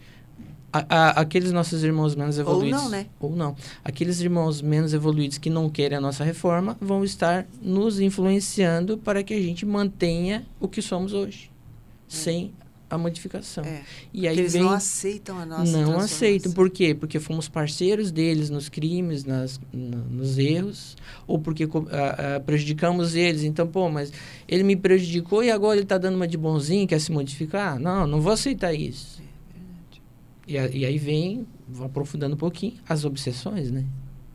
Aqueles nossos irmãos menos evoluídos... Ou não, né? Ou não. Aqueles irmãos menos evoluídos que não querem a nossa reforma vão estar nos influenciando para que a gente mantenha o que somos hoje, sem a modificação. E aí eles não aceitam a nossa Não aceitam. Por quê? Porque fomos parceiros deles nos crimes, nos erros, ou porque prejudicamos eles. Então, mas ele me prejudicou e agora ele está dando uma de bonzinho, quer se modificar? Não vou aceitar isso. E aí vem, aprofundando um pouquinho, as obsessões, né?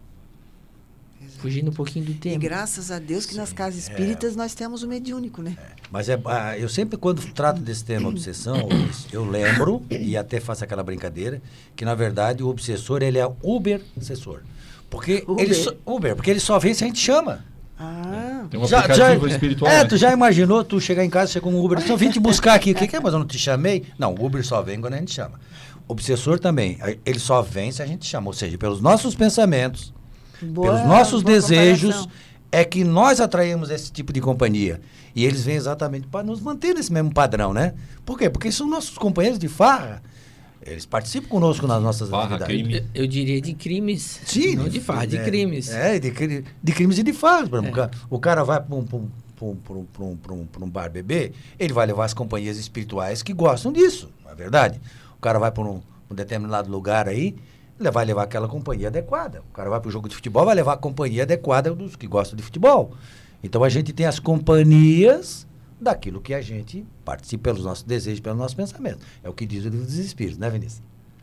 Exato. Fugindo um pouquinho do tema. E graças a Deus que nas casas espíritas nós temos o mediúnico, né? Mas eu sempre, quando trato desse tema obsessão, eu lembro, e até faço aquela brincadeira, que na verdade o obsessor, ele é Uber-assessor. Porque ele só vem se a gente chama. Tem um aplicativo espiritual. Tu já imaginou tu chegar em casa, chega um Uber, só vim te buscar aqui. O que é? Mas eu não te chamei? Não, o Uber só vem quando a gente chama. Obsessor também, ele só vem se a gente chama, ou seja, pelos nossos pensamentos, pelos nossos desejos, é que nós atraímos esse tipo de companhia. E eles vêm exatamente para nos manter nesse mesmo padrão, né? Por quê? Porque são nossos companheiros de farra. Eles participam conosco nas nossas atividades. Crime. Eu diria de crimes. Sim. Não de farra, de crimes. De crimes e de farra. Por exemplo, o cara vai para um bar beber, ele vai levar as companhias espirituais que gostam disso, não é verdade? O cara vai para um determinado lugar aí, ele vai levar aquela companhia adequada. O cara vai para o jogo de futebol, vai levar a companhia adequada dos que gostam de futebol. Então, a gente tem as companhias daquilo que a gente participa pelos nossos desejos, pelos nossos pensamentos. É o que diz o livro dos Espíritos, né, Vinícius?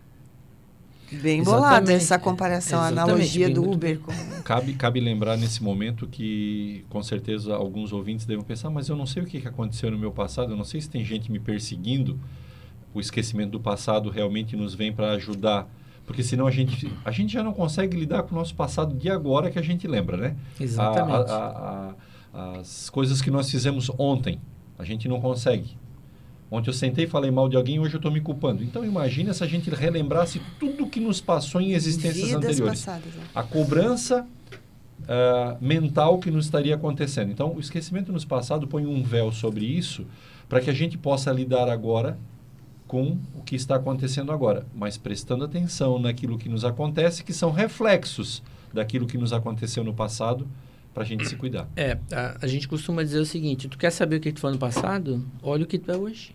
Bem bolada essa comparação, a analogia do Uber. Cabe lembrar nesse momento que, com certeza, alguns ouvintes devem pensar, mas eu não sei o que aconteceu no meu passado, eu não sei se tem gente me perseguindo. O esquecimento do passado realmente nos vem para ajudar, porque senão a gente já não consegue lidar com o nosso passado de agora que a gente lembra, né? Exatamente. As coisas que nós fizemos ontem, a gente não consegue. Ontem eu sentei e falei mal de alguém, hoje eu estou me culpando. Então imagina se a gente relembrasse tudo que nos passou em existências anteriores. Passadas, né? A cobrança mental que nos estaria acontecendo. Então o esquecimento nos passado põe um véu sobre isso para que a gente possa lidar agora com o que está acontecendo agora, mas prestando atenção naquilo que nos acontece, que são reflexos daquilo que nos aconteceu no passado, para a gente se cuidar. A gente costuma dizer o seguinte: tu quer saber o que tu foi no passado? Olha o que tu é hoje.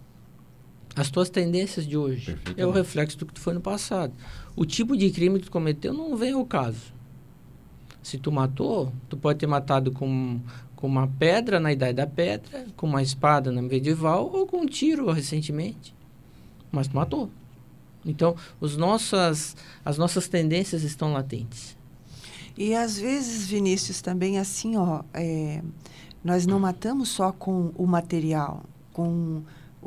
As tuas tendências de hoje é o reflexo do que tu foi no passado. O tipo de crime que tu cometeu não vem ao caso. Se tu matou, tu pode ter matado com uma pedra na Idade da Pedra, com uma espada na medieval ou com um tiro recentemente. Mas tu matou. Então, as nossas tendências estão latentes. E às vezes, Vinícius, também assim, nós não matamos só com o material, com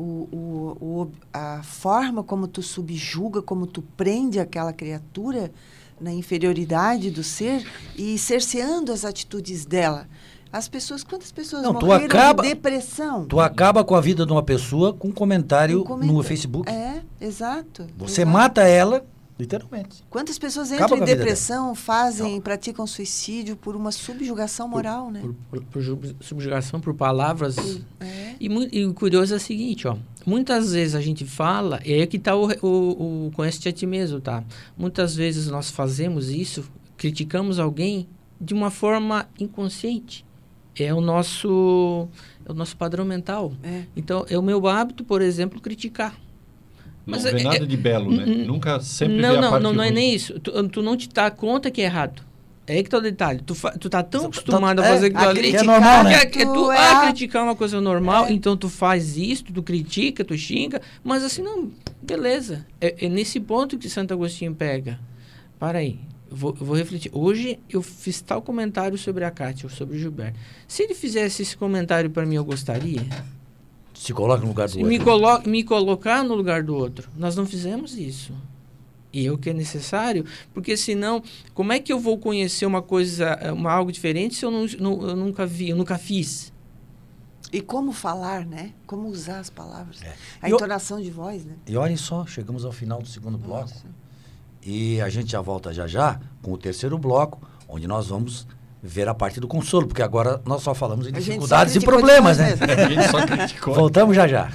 a forma como tu subjuga, como tu prende aquela criatura na inferioridade do ser e cerceando as atitudes dela. Quantas pessoas morreram de depressão? Tu acaba com a vida de uma pessoa com um comentário no Facebook. Exato. Você mata ela Literalmente. Quantas pessoas Acaba entram com em a vida depressão, praticam suicídio por uma subjugação moral, né? Por subjugação, por palavras. E o curioso é o seguinte, ó. Muitas vezes a gente fala, e aí que está o conhece-te a ti mesmo, tá? Muitas vezes nós fazemos isso, criticamos alguém de uma forma inconsciente. É o nosso padrão mental. Então, é o meu hábito, por exemplo, criticar. Mas não vê nada de belo, né? Nunca sempre vê a parte não é ruim. nem isso. Tu não te dá conta que é errado. É aí que tá o detalhe. Tu tá tão acostumado a fazer aquilo ali. Que é normal, né? Criticar uma coisa normal, então tu faz isso, tu critica, tu xinga, mas assim, não, beleza. É nesse ponto que Santo Agostinho pega. Para aí, vou refletir. Hoje eu fiz tal comentário sobre a Kátia, ou sobre o Gilberto. Se ele fizesse esse comentário para mim, eu gostaria? Se coloca no lugar do outro. Me colocar no lugar do outro. Nós não fizemos isso. E é o que é necessário, porque senão, como é que eu vou conhecer uma coisa, algo diferente se eu nunca vi, eu nunca fiz? E como falar, né? Como usar as palavras. A entonação de voz, né? E olhem só, chegamos ao final do segundo bloco. E a gente já volta já com o terceiro bloco, onde nós vamos ver a parte do consolo, porque agora nós só falamos em dificuldades e problemas, né? A gente só criticou. Voltamos já.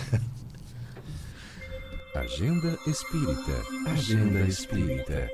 Agenda Espírita. Agenda Espírita.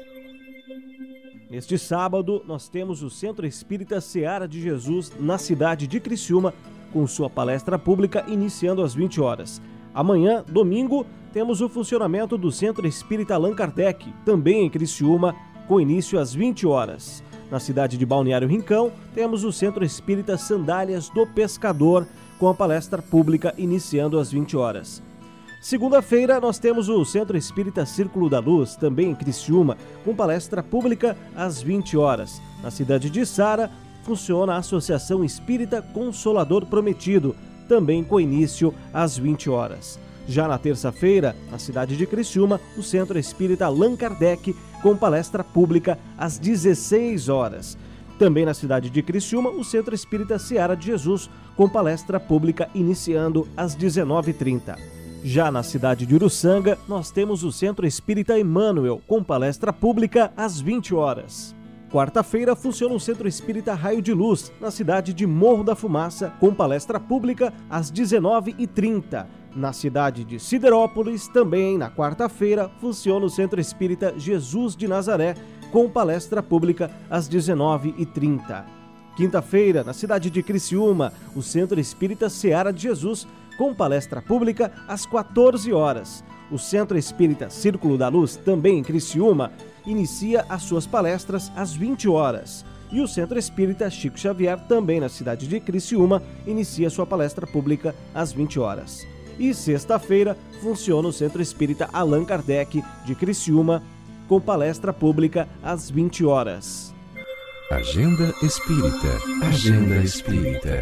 Neste sábado, nós temos o Centro Espírita Seara de Jesus, na cidade de Criciúma, com sua palestra pública iniciando às 20 horas. Amanhã, domingo, temos o funcionamento do Centro Espírita Allan Kardec, também em Criciúma, com início às 20 horas. Na cidade de Balneário Rincão, temos o Centro Espírita Sandálias do Pescador, com a palestra pública iniciando às 20 horas. Segunda-feira, nós temos o Centro Espírita Círculo da Luz, também em Criciúma, com palestra pública às 20 horas. Na cidade de Sara, funciona a Associação Espírita Consolador Prometido, também com início às 20 horas. Já na terça-feira, na cidade de Criciúma, o Centro Espírita Allan Kardec, com palestra pública às 16 horas. Também na cidade de Criciúma, o Centro Espírita Seara de Jesus, com palestra pública iniciando às 19h30. Já na cidade de Uruçanga, nós temos o Centro Espírita Emmanuel, com palestra pública às 20 horas. Quarta-feira funciona o Centro Espírita Raio de Luz, na cidade de Morro da Fumaça, com palestra pública às 19h30. Na cidade de Siderópolis, também na quarta-feira, funciona o Centro Espírita Jesus de Nazaré, com palestra pública às 19h30. Quinta-feira, na cidade de Criciúma, o Centro Espírita Seara de Jesus, com palestra pública às 14 horas. O Centro Espírita Círculo da Luz, também em Criciúma, inicia as suas palestras às 20 horas. E o Centro Espírita Chico Xavier, também na cidade de Criciúma, inicia sua palestra pública às 20 horas. E sexta-feira funciona o Centro Espírita Allan Kardec de Criciúma, com palestra pública às 20 horas. Agenda Espírita. Agenda Espírita.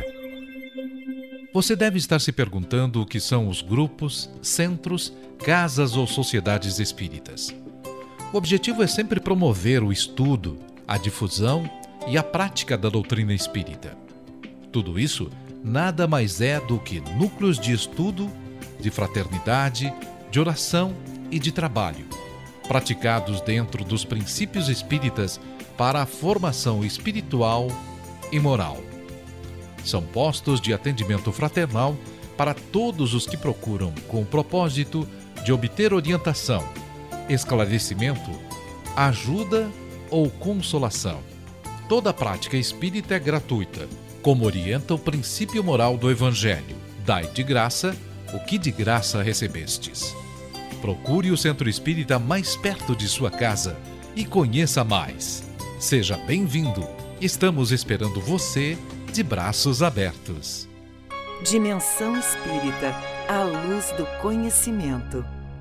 Você deve estar se perguntando o que são os grupos, centros, casas ou sociedades espíritas. O objetivo é sempre promover o estudo, a difusão e a prática da doutrina espírita. Tudo isso nada mais é do que núcleos de estudo, de fraternidade, de oração e de trabalho, praticados dentro dos princípios espíritas para a formação espiritual e moral. São postos de atendimento fraternal para todos os que procuram com o propósito de obter orientação, esclarecimento, ajuda ou consolação. Toda prática espírita é gratuita, como orienta o princípio moral do Evangelho. Dai de graça o que de graça recebestes. Procure o Centro Espírita mais perto de sua casa e conheça mais. Seja bem-vindo. Estamos esperando você de braços abertos. Dimensão Espírita, a luz do conhecimento.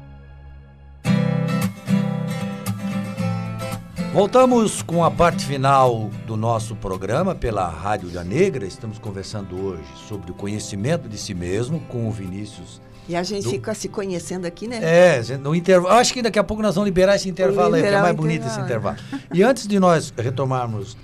Voltamos com a parte final do nosso programa pela Rádio Ulha Negra. Estamos conversando hoje sobre o conhecimento de si mesmo com o Vinícius. E a gente fica se conhecendo aqui, né? No intervalo. Acho que daqui a pouco nós vamos liberar esse intervalo aí, que é mais bonito esse intervalo. E antes de nós retomarmos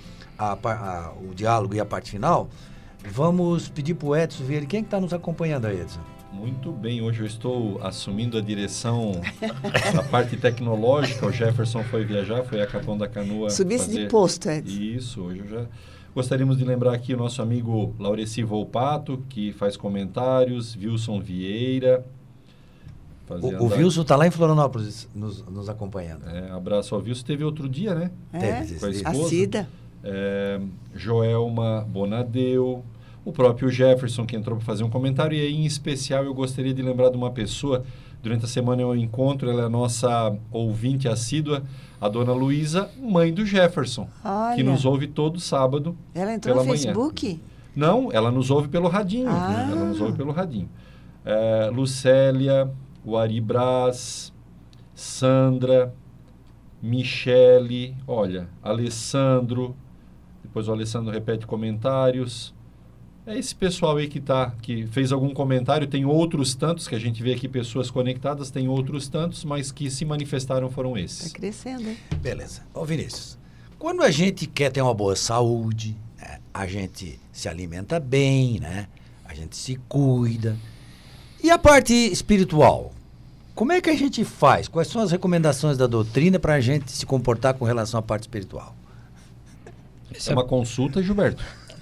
o diálogo e a parte final, vamos pedir para o Edson ver quem está nos acompanhando aí, Edson. Muito bem, hoje eu estou assumindo a direção da parte tecnológica. O Jefferson foi viajar, foi a Capão da Canoa. Subisse de posto, Edson. Isso, hoje eu já... Gostaríamos de lembrar aqui o nosso amigo Laureci Volpato, que faz comentários, Wilson Vieira. O Wilson está lá em Florianópolis nos acompanhando. Abraço ao Wilson. Teve outro dia, né? Teve, com a esposa. A Cida. Joelma Bonadeu. O próprio Jefferson, que entrou para fazer um comentário. E aí, em especial, eu gostaria de lembrar de uma pessoa. Durante a semana eu encontro, ela é a nossa ouvinte assídua, a dona Luísa, mãe do Jefferson. Olha. Que nos ouve todo sábado. Ela entrou no Facebook? Manhã. Não, ela nos ouve pelo radinho. Ela nos ouve pelo radinho. Lucélia, o Ari Brás, Sandra, Michele, olha, Alessandro, depois o Alessandro repete comentários. É esse pessoal aí que fez algum comentário. Tem outros tantos, que a gente vê aqui pessoas conectadas, tem outros tantos, mas que se manifestaram foram esses. Está crescendo, hein? Beleza. Ô Vinícius, quando a gente quer ter uma boa saúde, né, a gente se alimenta bem, né? A gente se cuida. E a parte espiritual? Como é que a gente faz? Quais são as recomendações da doutrina para a gente se comportar com relação à parte espiritual? Essa é uma consulta, Gilberto.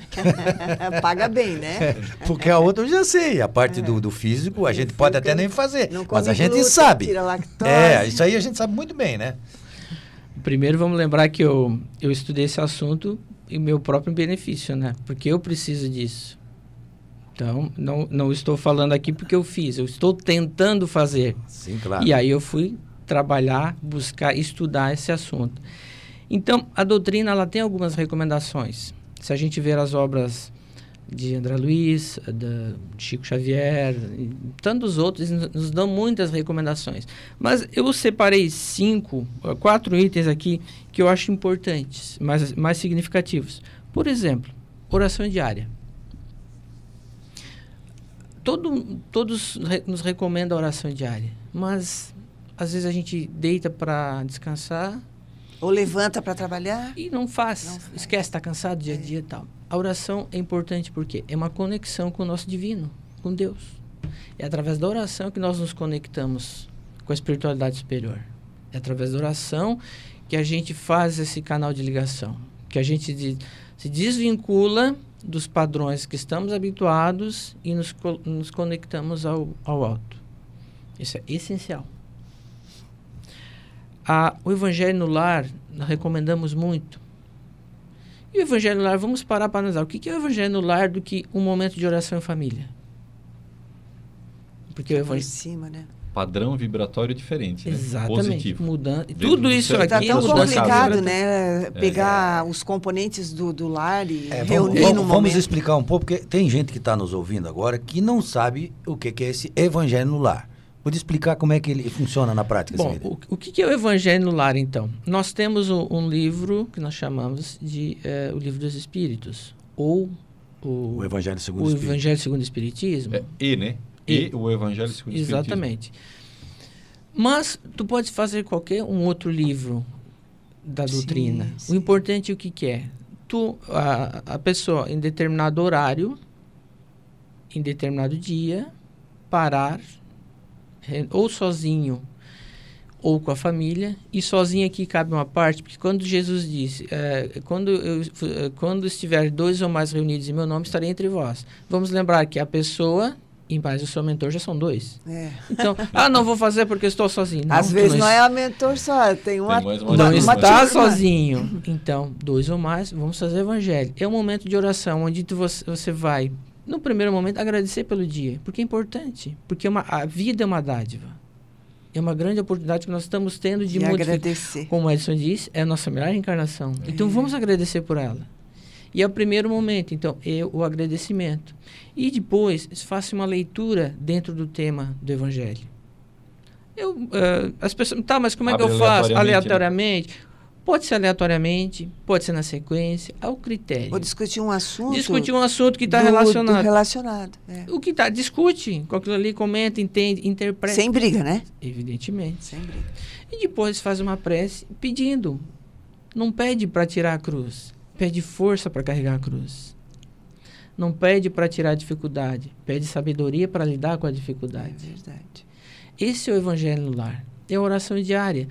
Paga bem, né? Porque a outra eu já sei. A parte do físico a gente pode até nem fazer. Mas a gente sabe. Tira lactose. Isso aí a gente sabe muito bem, né? Primeiro vamos lembrar que eu estudei esse assunto em meu próprio benefício, né? Porque eu preciso disso. Então, não estou falando aqui porque eu fiz. Eu estou tentando fazer. Sim, claro. E aí eu fui trabalhar, buscar, estudar esse assunto. Então, a doutrina ela tem algumas recomendações. Se a gente ver as obras de André Luiz, de Chico Xavier, e tantos outros, nos dão muitas recomendações. Mas eu separei 4 itens aqui que eu acho importantes, mais significativos. Por exemplo, oração diária. Todos nos recomendam a oração diária, mas às vezes a gente deita para descansar, ou levanta para trabalhar e não faz. Esquece, está cansado dia a dia e tal. A oração é importante porque é uma conexão com o nosso divino, com Deus. É através da oração que nós nos conectamos com a espiritualidade superior. É através da oração que a gente faz esse canal de ligação, que a gente se desvincula dos padrões que estamos habituados e nos conectamos ao alto. Isso é essencial. O Evangelho no Lar, nós recomendamos muito. E o Evangelho no Lar, vamos parar para analisar. O que é o Evangelho no Lar do que um momento de oração em família? Porque o Evangelho... cima, né? Padrão vibratório diferente, né? Exatamente. Positivo. Mudando. Tudo isso aqui... Está tão complicado, né? Pegar os componentes do lar e reunir no momento. Vamos explicar um pouco, porque tem gente que está nos ouvindo agora que não sabe o que é esse Evangelho no Lar. Pode explicar como é que ele funciona na prática? Bom, o que é o Evangelho no Lar, então? Nós temos um livro que nós chamamos de o Livro dos Espíritos, ou o Evangelho segundo o Espiritismo. O Evangelho segundo o Espiritismo. Né? E o Evangelho segundo o Espiritismo. Exatamente. Mas tu pode fazer qualquer outro livro da doutrina. Sim. O importante é o que é. A pessoa, em determinado horário, em determinado dia, parar... ou sozinho ou com a família. E sozinho aqui cabe uma parte, porque quando Jesus disse quando estiver 2 ou mais reunidos em meu nome, estarei entre vós. Vamos lembrar que a pessoa e mais o seu mentor já são 2. Então, não vou fazer porque estou sozinho. Não, às vezes não é a mentor só, tem uma não está sozinho. Então, 2 ou mais, vamos fazer o Evangelho. É um momento de oração onde você vai, no primeiro momento, agradecer pelo dia, porque é importante, porque a vida é uma dádiva. É uma grande oportunidade que nós estamos tendo de agradecer. Como o Edson disse, é a nossa melhor reencarnação. Então, vamos agradecer por ela. E é o primeiro momento, então, é o agradecimento. E depois, faça uma leitura dentro do tema do Evangelho. As pessoas, mas como é que eu faço? Aleatoriamente? Né? Pode ser aleatoriamente, pode ser na sequência, ao critério. Ou discutir um assunto. Discutir um assunto que está relacionado. Relacionado. O que está, discute com aquilo ali, comenta, entende, interpreta. Sem briga, né? Evidentemente. Sem briga. E depois faz uma prece pedindo. Não pede para tirar a cruz. Pede força para carregar a cruz. não pede para tirar a dificuldade, pede sabedoria para lidar com a dificuldade. É verdade. Esse é o Evangelho no Lar. É a oração diária.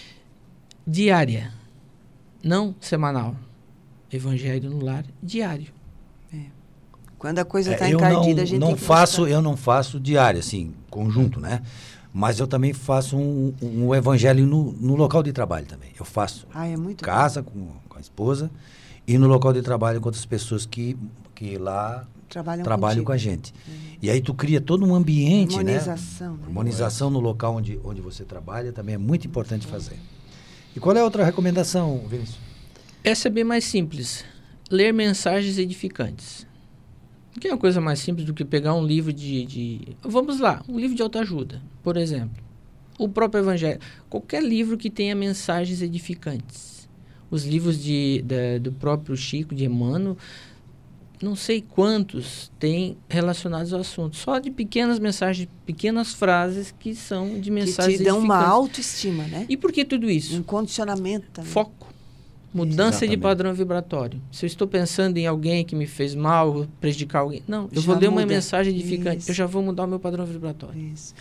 Diária, não semanal. Evangelho no Lar diário. Quando a coisa está encardida, a gente tem que buscar. Eu não faço diário, assim, conjunto, né? Mas eu também faço um evangelho no local de trabalho também. Eu faço É muito casa com a esposa e no local de trabalho com outras pessoas que lá trabalham com a gente. E aí tu cria todo um ambiente, harmonização, né? Harmonização no local onde você trabalha também é muito importante fazer. E qual é a outra recomendação, Vinícius? Essa é bem mais simples. Ler mensagens edificantes. Que é uma coisa mais simples do que pegar um livro Vamos lá, um livro de autoajuda, por exemplo. O próprio Evangelho. Qualquer livro que tenha mensagens edificantes. Os livros do próprio Chico, de Emmanuel, não sei quantos tem relacionados ao assunto. Só de pequenas mensagens, pequenas frases que são de mensagens edificantes. Que te dão uma autoestima, né? E por que tudo isso? Um condicionamento também. Foco. Mudança de padrão vibratório. Se eu estou pensando em alguém que me fez mal, prejudicar alguém... Não, eu vou ler uma mensagem edificante. Eu já vou mudar o meu padrão vibratório. Isso.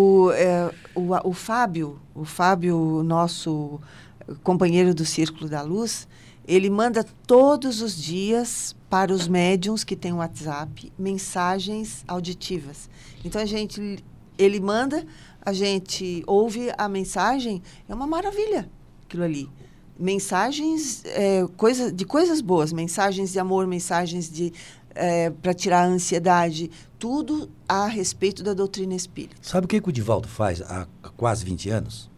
O Fábio, nosso companheiro do Círculo da Luz, ele manda todos os dias para os médiuns que têm o WhatsApp mensagens auditivas. Então, ele manda, a gente ouve a mensagem, é uma maravilha aquilo ali. Mensagens de coisas boas, mensagens de amor, mensagens para tirar a ansiedade, tudo a respeito da doutrina espírita. Sabe o que o Divaldo faz há quase 20 anos?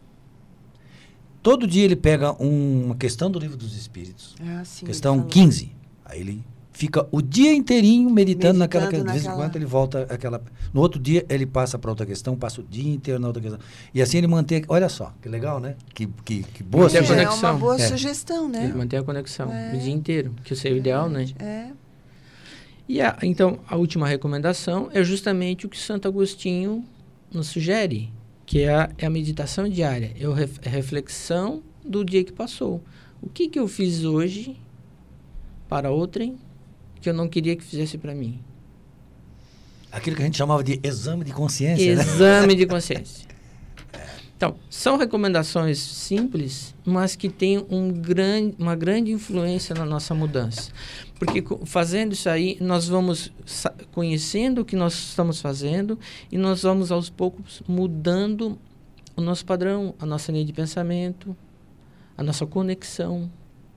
Todo dia ele pega uma questão do Livro dos Espíritos, questão 15, aí ele fica o dia inteirinho meditando naquela questão. De vez em quando ele volta àquela... No outro dia ele passa para outra questão, passa o dia inteiro na outra questão. E assim ele mantém... Olha só, que legal, né? Que boa sugestão. É uma boa sugestão, né? Ele mantém a conexão o dia inteiro, que é o ideal, né? E então, a última recomendação é justamente o que Santo Agostinho nos sugere, que é a meditação diária, é a reflexão do dia que passou. O que eu fiz hoje para outrem que eu não queria que fizesse para mim? Aquilo que a gente chamava de exame de consciência. Exame de consciência. Então, são recomendações simples, mas que têm uma grande influência na nossa mudança. Porque fazendo isso aí, nós vamos conhecendo o que nós estamos fazendo e nós vamos, aos poucos, mudando o nosso padrão, a nossa linha de pensamento, a nossa conexão.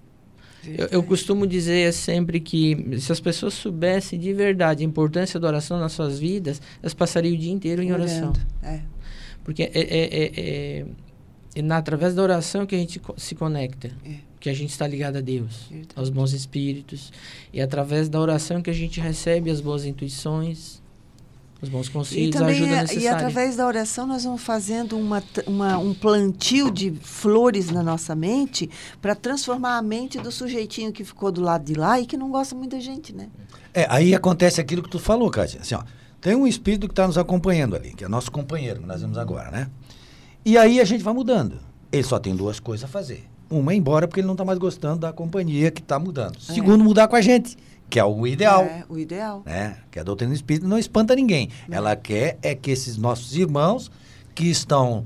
Eu costumo dizer sempre que se as pessoas soubessem de verdade a importância da oração nas suas vidas, elas passariam o dia inteiro em oração. Porque é através da oração que a gente se conecta, que a gente está ligado a Deus, aos bons espíritos. E é através da oração que a gente recebe as boas intuições, os bons conselhos, a ajuda necessária. E através da oração nós vamos fazendo um plantio de flores na nossa mente para transformar a mente do sujeitinho que ficou do lado de lá e que não gosta muito da gente, né? Aí acontece aquilo que tu falou, Kátia. Assim, tem um espírito que está nos acompanhando ali, que é nosso companheiro, que nós vemos agora, né? E aí a gente vai mudando. Ele só tem duas coisas a fazer. Uma é ir embora porque ele não está mais gostando da companhia que está mudando. Segundo, mudar com a gente, que é o ideal. O ideal. Né? Que a doutrina espírita não espanta ninguém. Ela quer que esses nossos irmãos que estão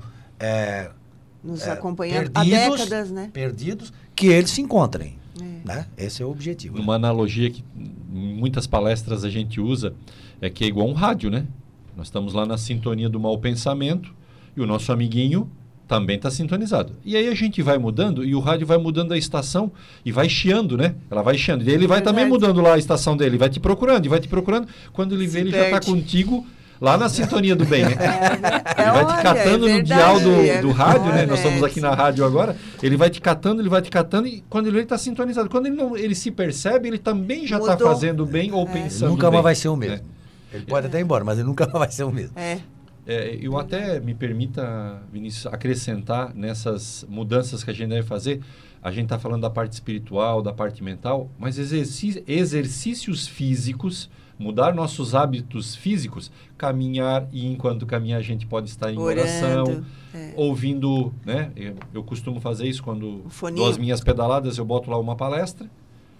nos acompanhando há décadas, né? Perdidos, que eles se encontrem. Né? Esse é o objetivo. Uma analogia que em muitas palestras a gente usa é que é igual um rádio, né? Nós estamos lá na sintonia do mau pensamento e o nosso amiguinho também está sintonizado. E aí a gente vai mudando e o rádio vai mudando a estação e vai chiando, né? Ela vai chiando. E ele vai também mudando lá a estação dele, vai te procurando e vai te procurando. Quando ele vê, ele já está contigo lá na sintonia do bem, né? Ele vai te catando no dial do rádio, né? Nós estamos aqui na rádio agora. Ele vai te catando e quando ele está sintonizado. Quando ele se percebe, ele também já está fazendo bem ou pensando ele nunca bem. Mais vai ser o mesmo. Ele pode até ir embora, mas ele nunca mais vai ser o mesmo. Eu até me permita, Vinícius, acrescentar nessas mudanças que a gente deve fazer. A gente está falando da parte espiritual, da parte mental, mas exercícios físicos, mudar nossos hábitos físicos, caminhar, e enquanto caminhar a gente pode estar em oração, ouvindo, né? Eu costumo fazer isso quando dou as minhas pedaladas, eu boto lá uma palestra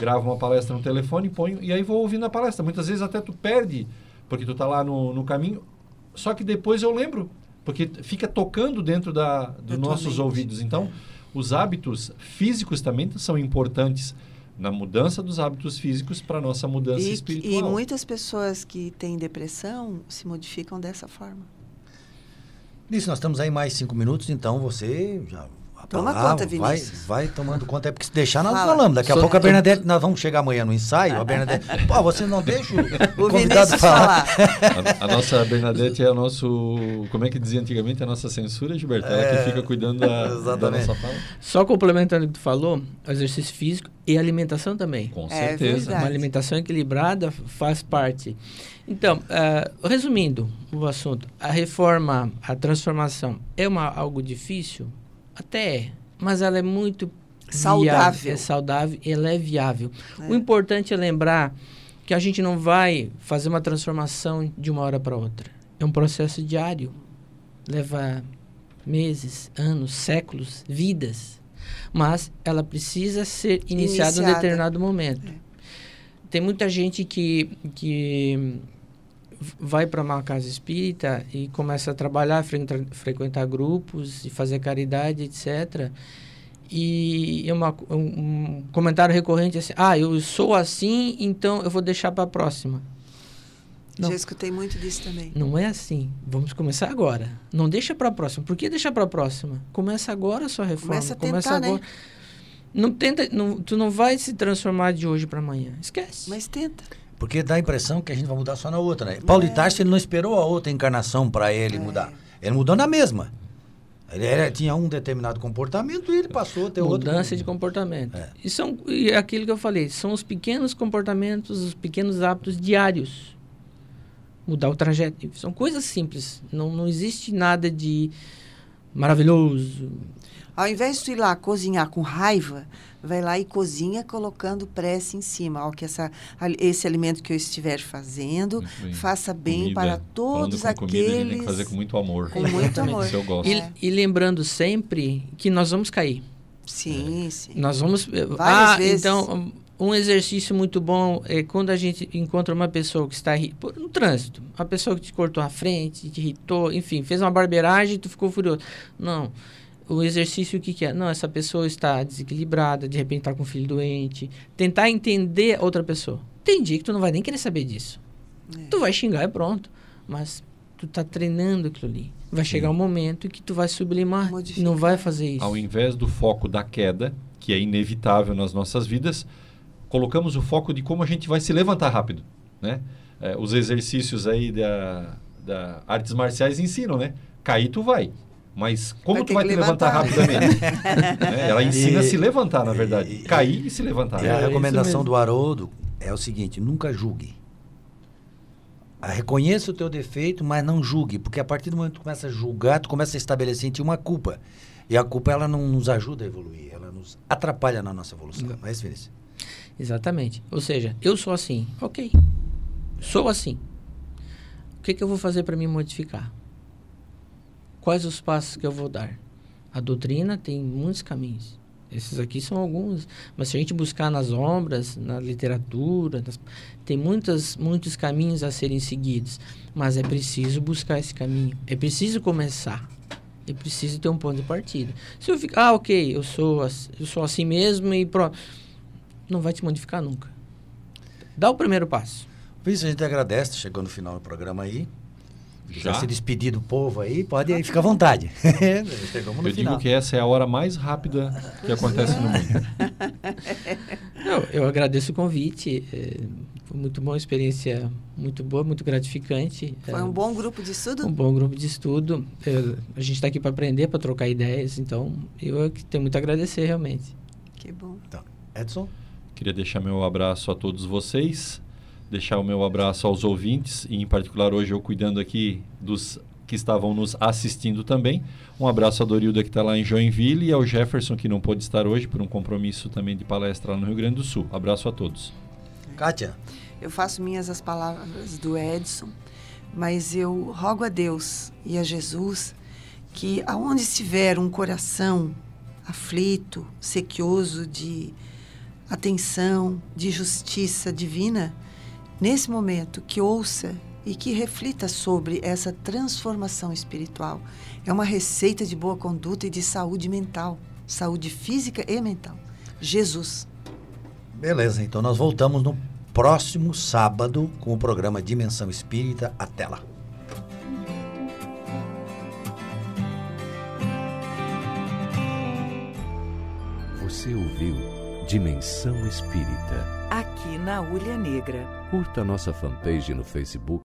gravo uma palestra no telefone, ponho, e aí vou ouvindo a palestra. Muitas vezes até tu perde, porque tu tá lá no caminho, só que depois eu lembro, porque fica tocando dentro dos nossos ouvidos. Então, os hábitos físicos também são importantes na mudança dos hábitos físicos para a nossa mudança espiritual. E muitas pessoas que têm depressão se modificam dessa forma. Isso, nós estamos aí mais 5 minutos, então você já... Toma conta, Vinícius. Vai tomando conta, é porque se deixar nós falamos. Daqui a pouco a Bernadette, nós vamos chegar amanhã no ensaio, a Bernadette, pô, você não deixa o convidado falar. A nossa Bernadette é o nosso, como é que dizia antigamente, a nossa censura, Gilberto? Ela que fica cuidando da nossa fala. Só complementando o que tu falou, o exercício físico e alimentação também. Com certeza. Uma alimentação equilibrada faz parte. Então, resumindo o assunto, a reforma, a transformação é algo difícil? Até é, mas ela é muito saudável. É saudável e ela é viável. O importante é lembrar que a gente não vai fazer uma transformação de uma hora para outra. É um processo diário. Leva meses, anos, séculos, vidas. Mas ela precisa ser iniciada em um determinado momento. Tem muita gente que vai para uma casa espírita e começa a trabalhar, frequentar grupos e fazer caridade, etc. E um comentário recorrente é assim, eu sou assim, então eu vou deixar para a próxima. Não. Já escutei muito disso também. Não é assim. Vamos começar agora. Não deixa para a próxima. Por que deixar para a próxima? Começa agora a sua reforma. Começa a tentar, agora. Né? Não tenta, tu não vai se transformar de hoje para amanhã. Esquece. Mas tenta. Porque dá a impressão que a gente vai mudar só na outra, né? Paulo de Tarso, ele não esperou a outra encarnação para ele mudar. Ele mudou na mesma. Ele tinha um determinado comportamento e ele passou a ter outro. Mudança de comportamento. E aquilo que eu falei, são os pequenos comportamentos, os pequenos hábitos diários. Mudar o trajeto. São coisas simples. Não existe nada de maravilhoso. Ao invés de tu ir lá cozinhar com raiva, vai lá e cozinha colocando prece em cima. Esse alimento que eu estiver fazendo, faça bem comida, para todos aqueles... Comida, a gente tem que fazer com muito amor. Com muito amor. Isso eu gosto. E lembrando sempre que nós vamos cair. Sim. Nós vamos... Várias vezes. Então, um exercício muito bom é quando a gente encontra uma pessoa que está no trânsito. Uma pessoa que te cortou a frente, te irritou, enfim, fez uma barbeiragem e tu ficou furioso. Não. O exercício, o que é? Não, essa pessoa está desequilibrada, de repente está com um filho doente. Tentar entender a outra pessoa. Tem dia que tu não vai nem querer saber disso. Tu vai xingar e pronto. Mas tu está treinando aquilo ali. Vai chegar um momento que tu vai sublimar. E não vai fazer isso. Ao invés do foco da queda, que é inevitável nas nossas vidas, colocamos o foco de como a gente vai se levantar rápido, né? Os exercícios aí da artes marciais ensinam, né? Cair tu vai. Mas como tu vai te levantar rapidamente? Ela ensina a se levantar, na verdade. Cair e se levantar. E a recomendação do Haroldo é o seguinte, nunca julgue. Reconheça o teu defeito, mas não julgue. Porque a partir do momento que tu começa a julgar, tu começa a estabelecer em ti uma culpa. E a culpa, ela não nos ajuda a evoluir. Ela nos atrapalha na nossa evolução. Não é isso, Vinícius? Exatamente. Ou seja, eu sou assim. Ok. Sou assim. O que eu vou fazer para me modificar? Quais os passos que eu vou dar? A doutrina tem muitos caminhos. Esses aqui são alguns. Mas se a gente buscar nas obras, na literatura, tem muitos caminhos a serem seguidos. Mas é preciso buscar esse caminho. É preciso começar. É preciso ter um ponto de partida. Se eu ficar, ok, eu sou assim mesmo e pronto. Não vai te modificar nunca. Dá o primeiro passo. Isso, a gente agradece. Chegou no final do programa aí. Já se despedir do povo aí, pode aí, fica à vontade. Chegamos no final. Digo que essa é a hora mais rápida que acontece no mundo. Eu agradeço o convite. Foi muito boa, experiência muito boa, muito gratificante. Foi um bom grupo de estudo? Um bom grupo de estudo. A gente está aqui para aprender, para trocar ideias. Então, eu tenho muito a agradecer, realmente. Que bom. Então, Edson? Queria deixar meu abraço a todos vocês. Deixar o meu abraço aos ouvintes, e em particular hoje eu cuidando aqui dos que estavam nos assistindo também. Um abraço a Dorilda que está lá em Joinville e ao Jefferson que não pôde estar hoje por um compromisso também de palestra lá no Rio Grande do Sul. Abraço a todos. Kátia? Eu faço minhas as palavras do Edson, mas eu rogo a Deus e a Jesus que aonde estiver um coração aflito, sequioso de atenção, de justiça divina, nesse momento, que ouça e que reflita sobre essa transformação espiritual. É uma receita de boa conduta e de saúde mental, saúde física e mental. Jesus. Beleza, então nós voltamos no próximo sábado com o programa Dimensão Espírita. Até lá. Você ouviu Dimensão Espírita. Aqui na Ulha Negra. Curta nossa fanpage no Facebook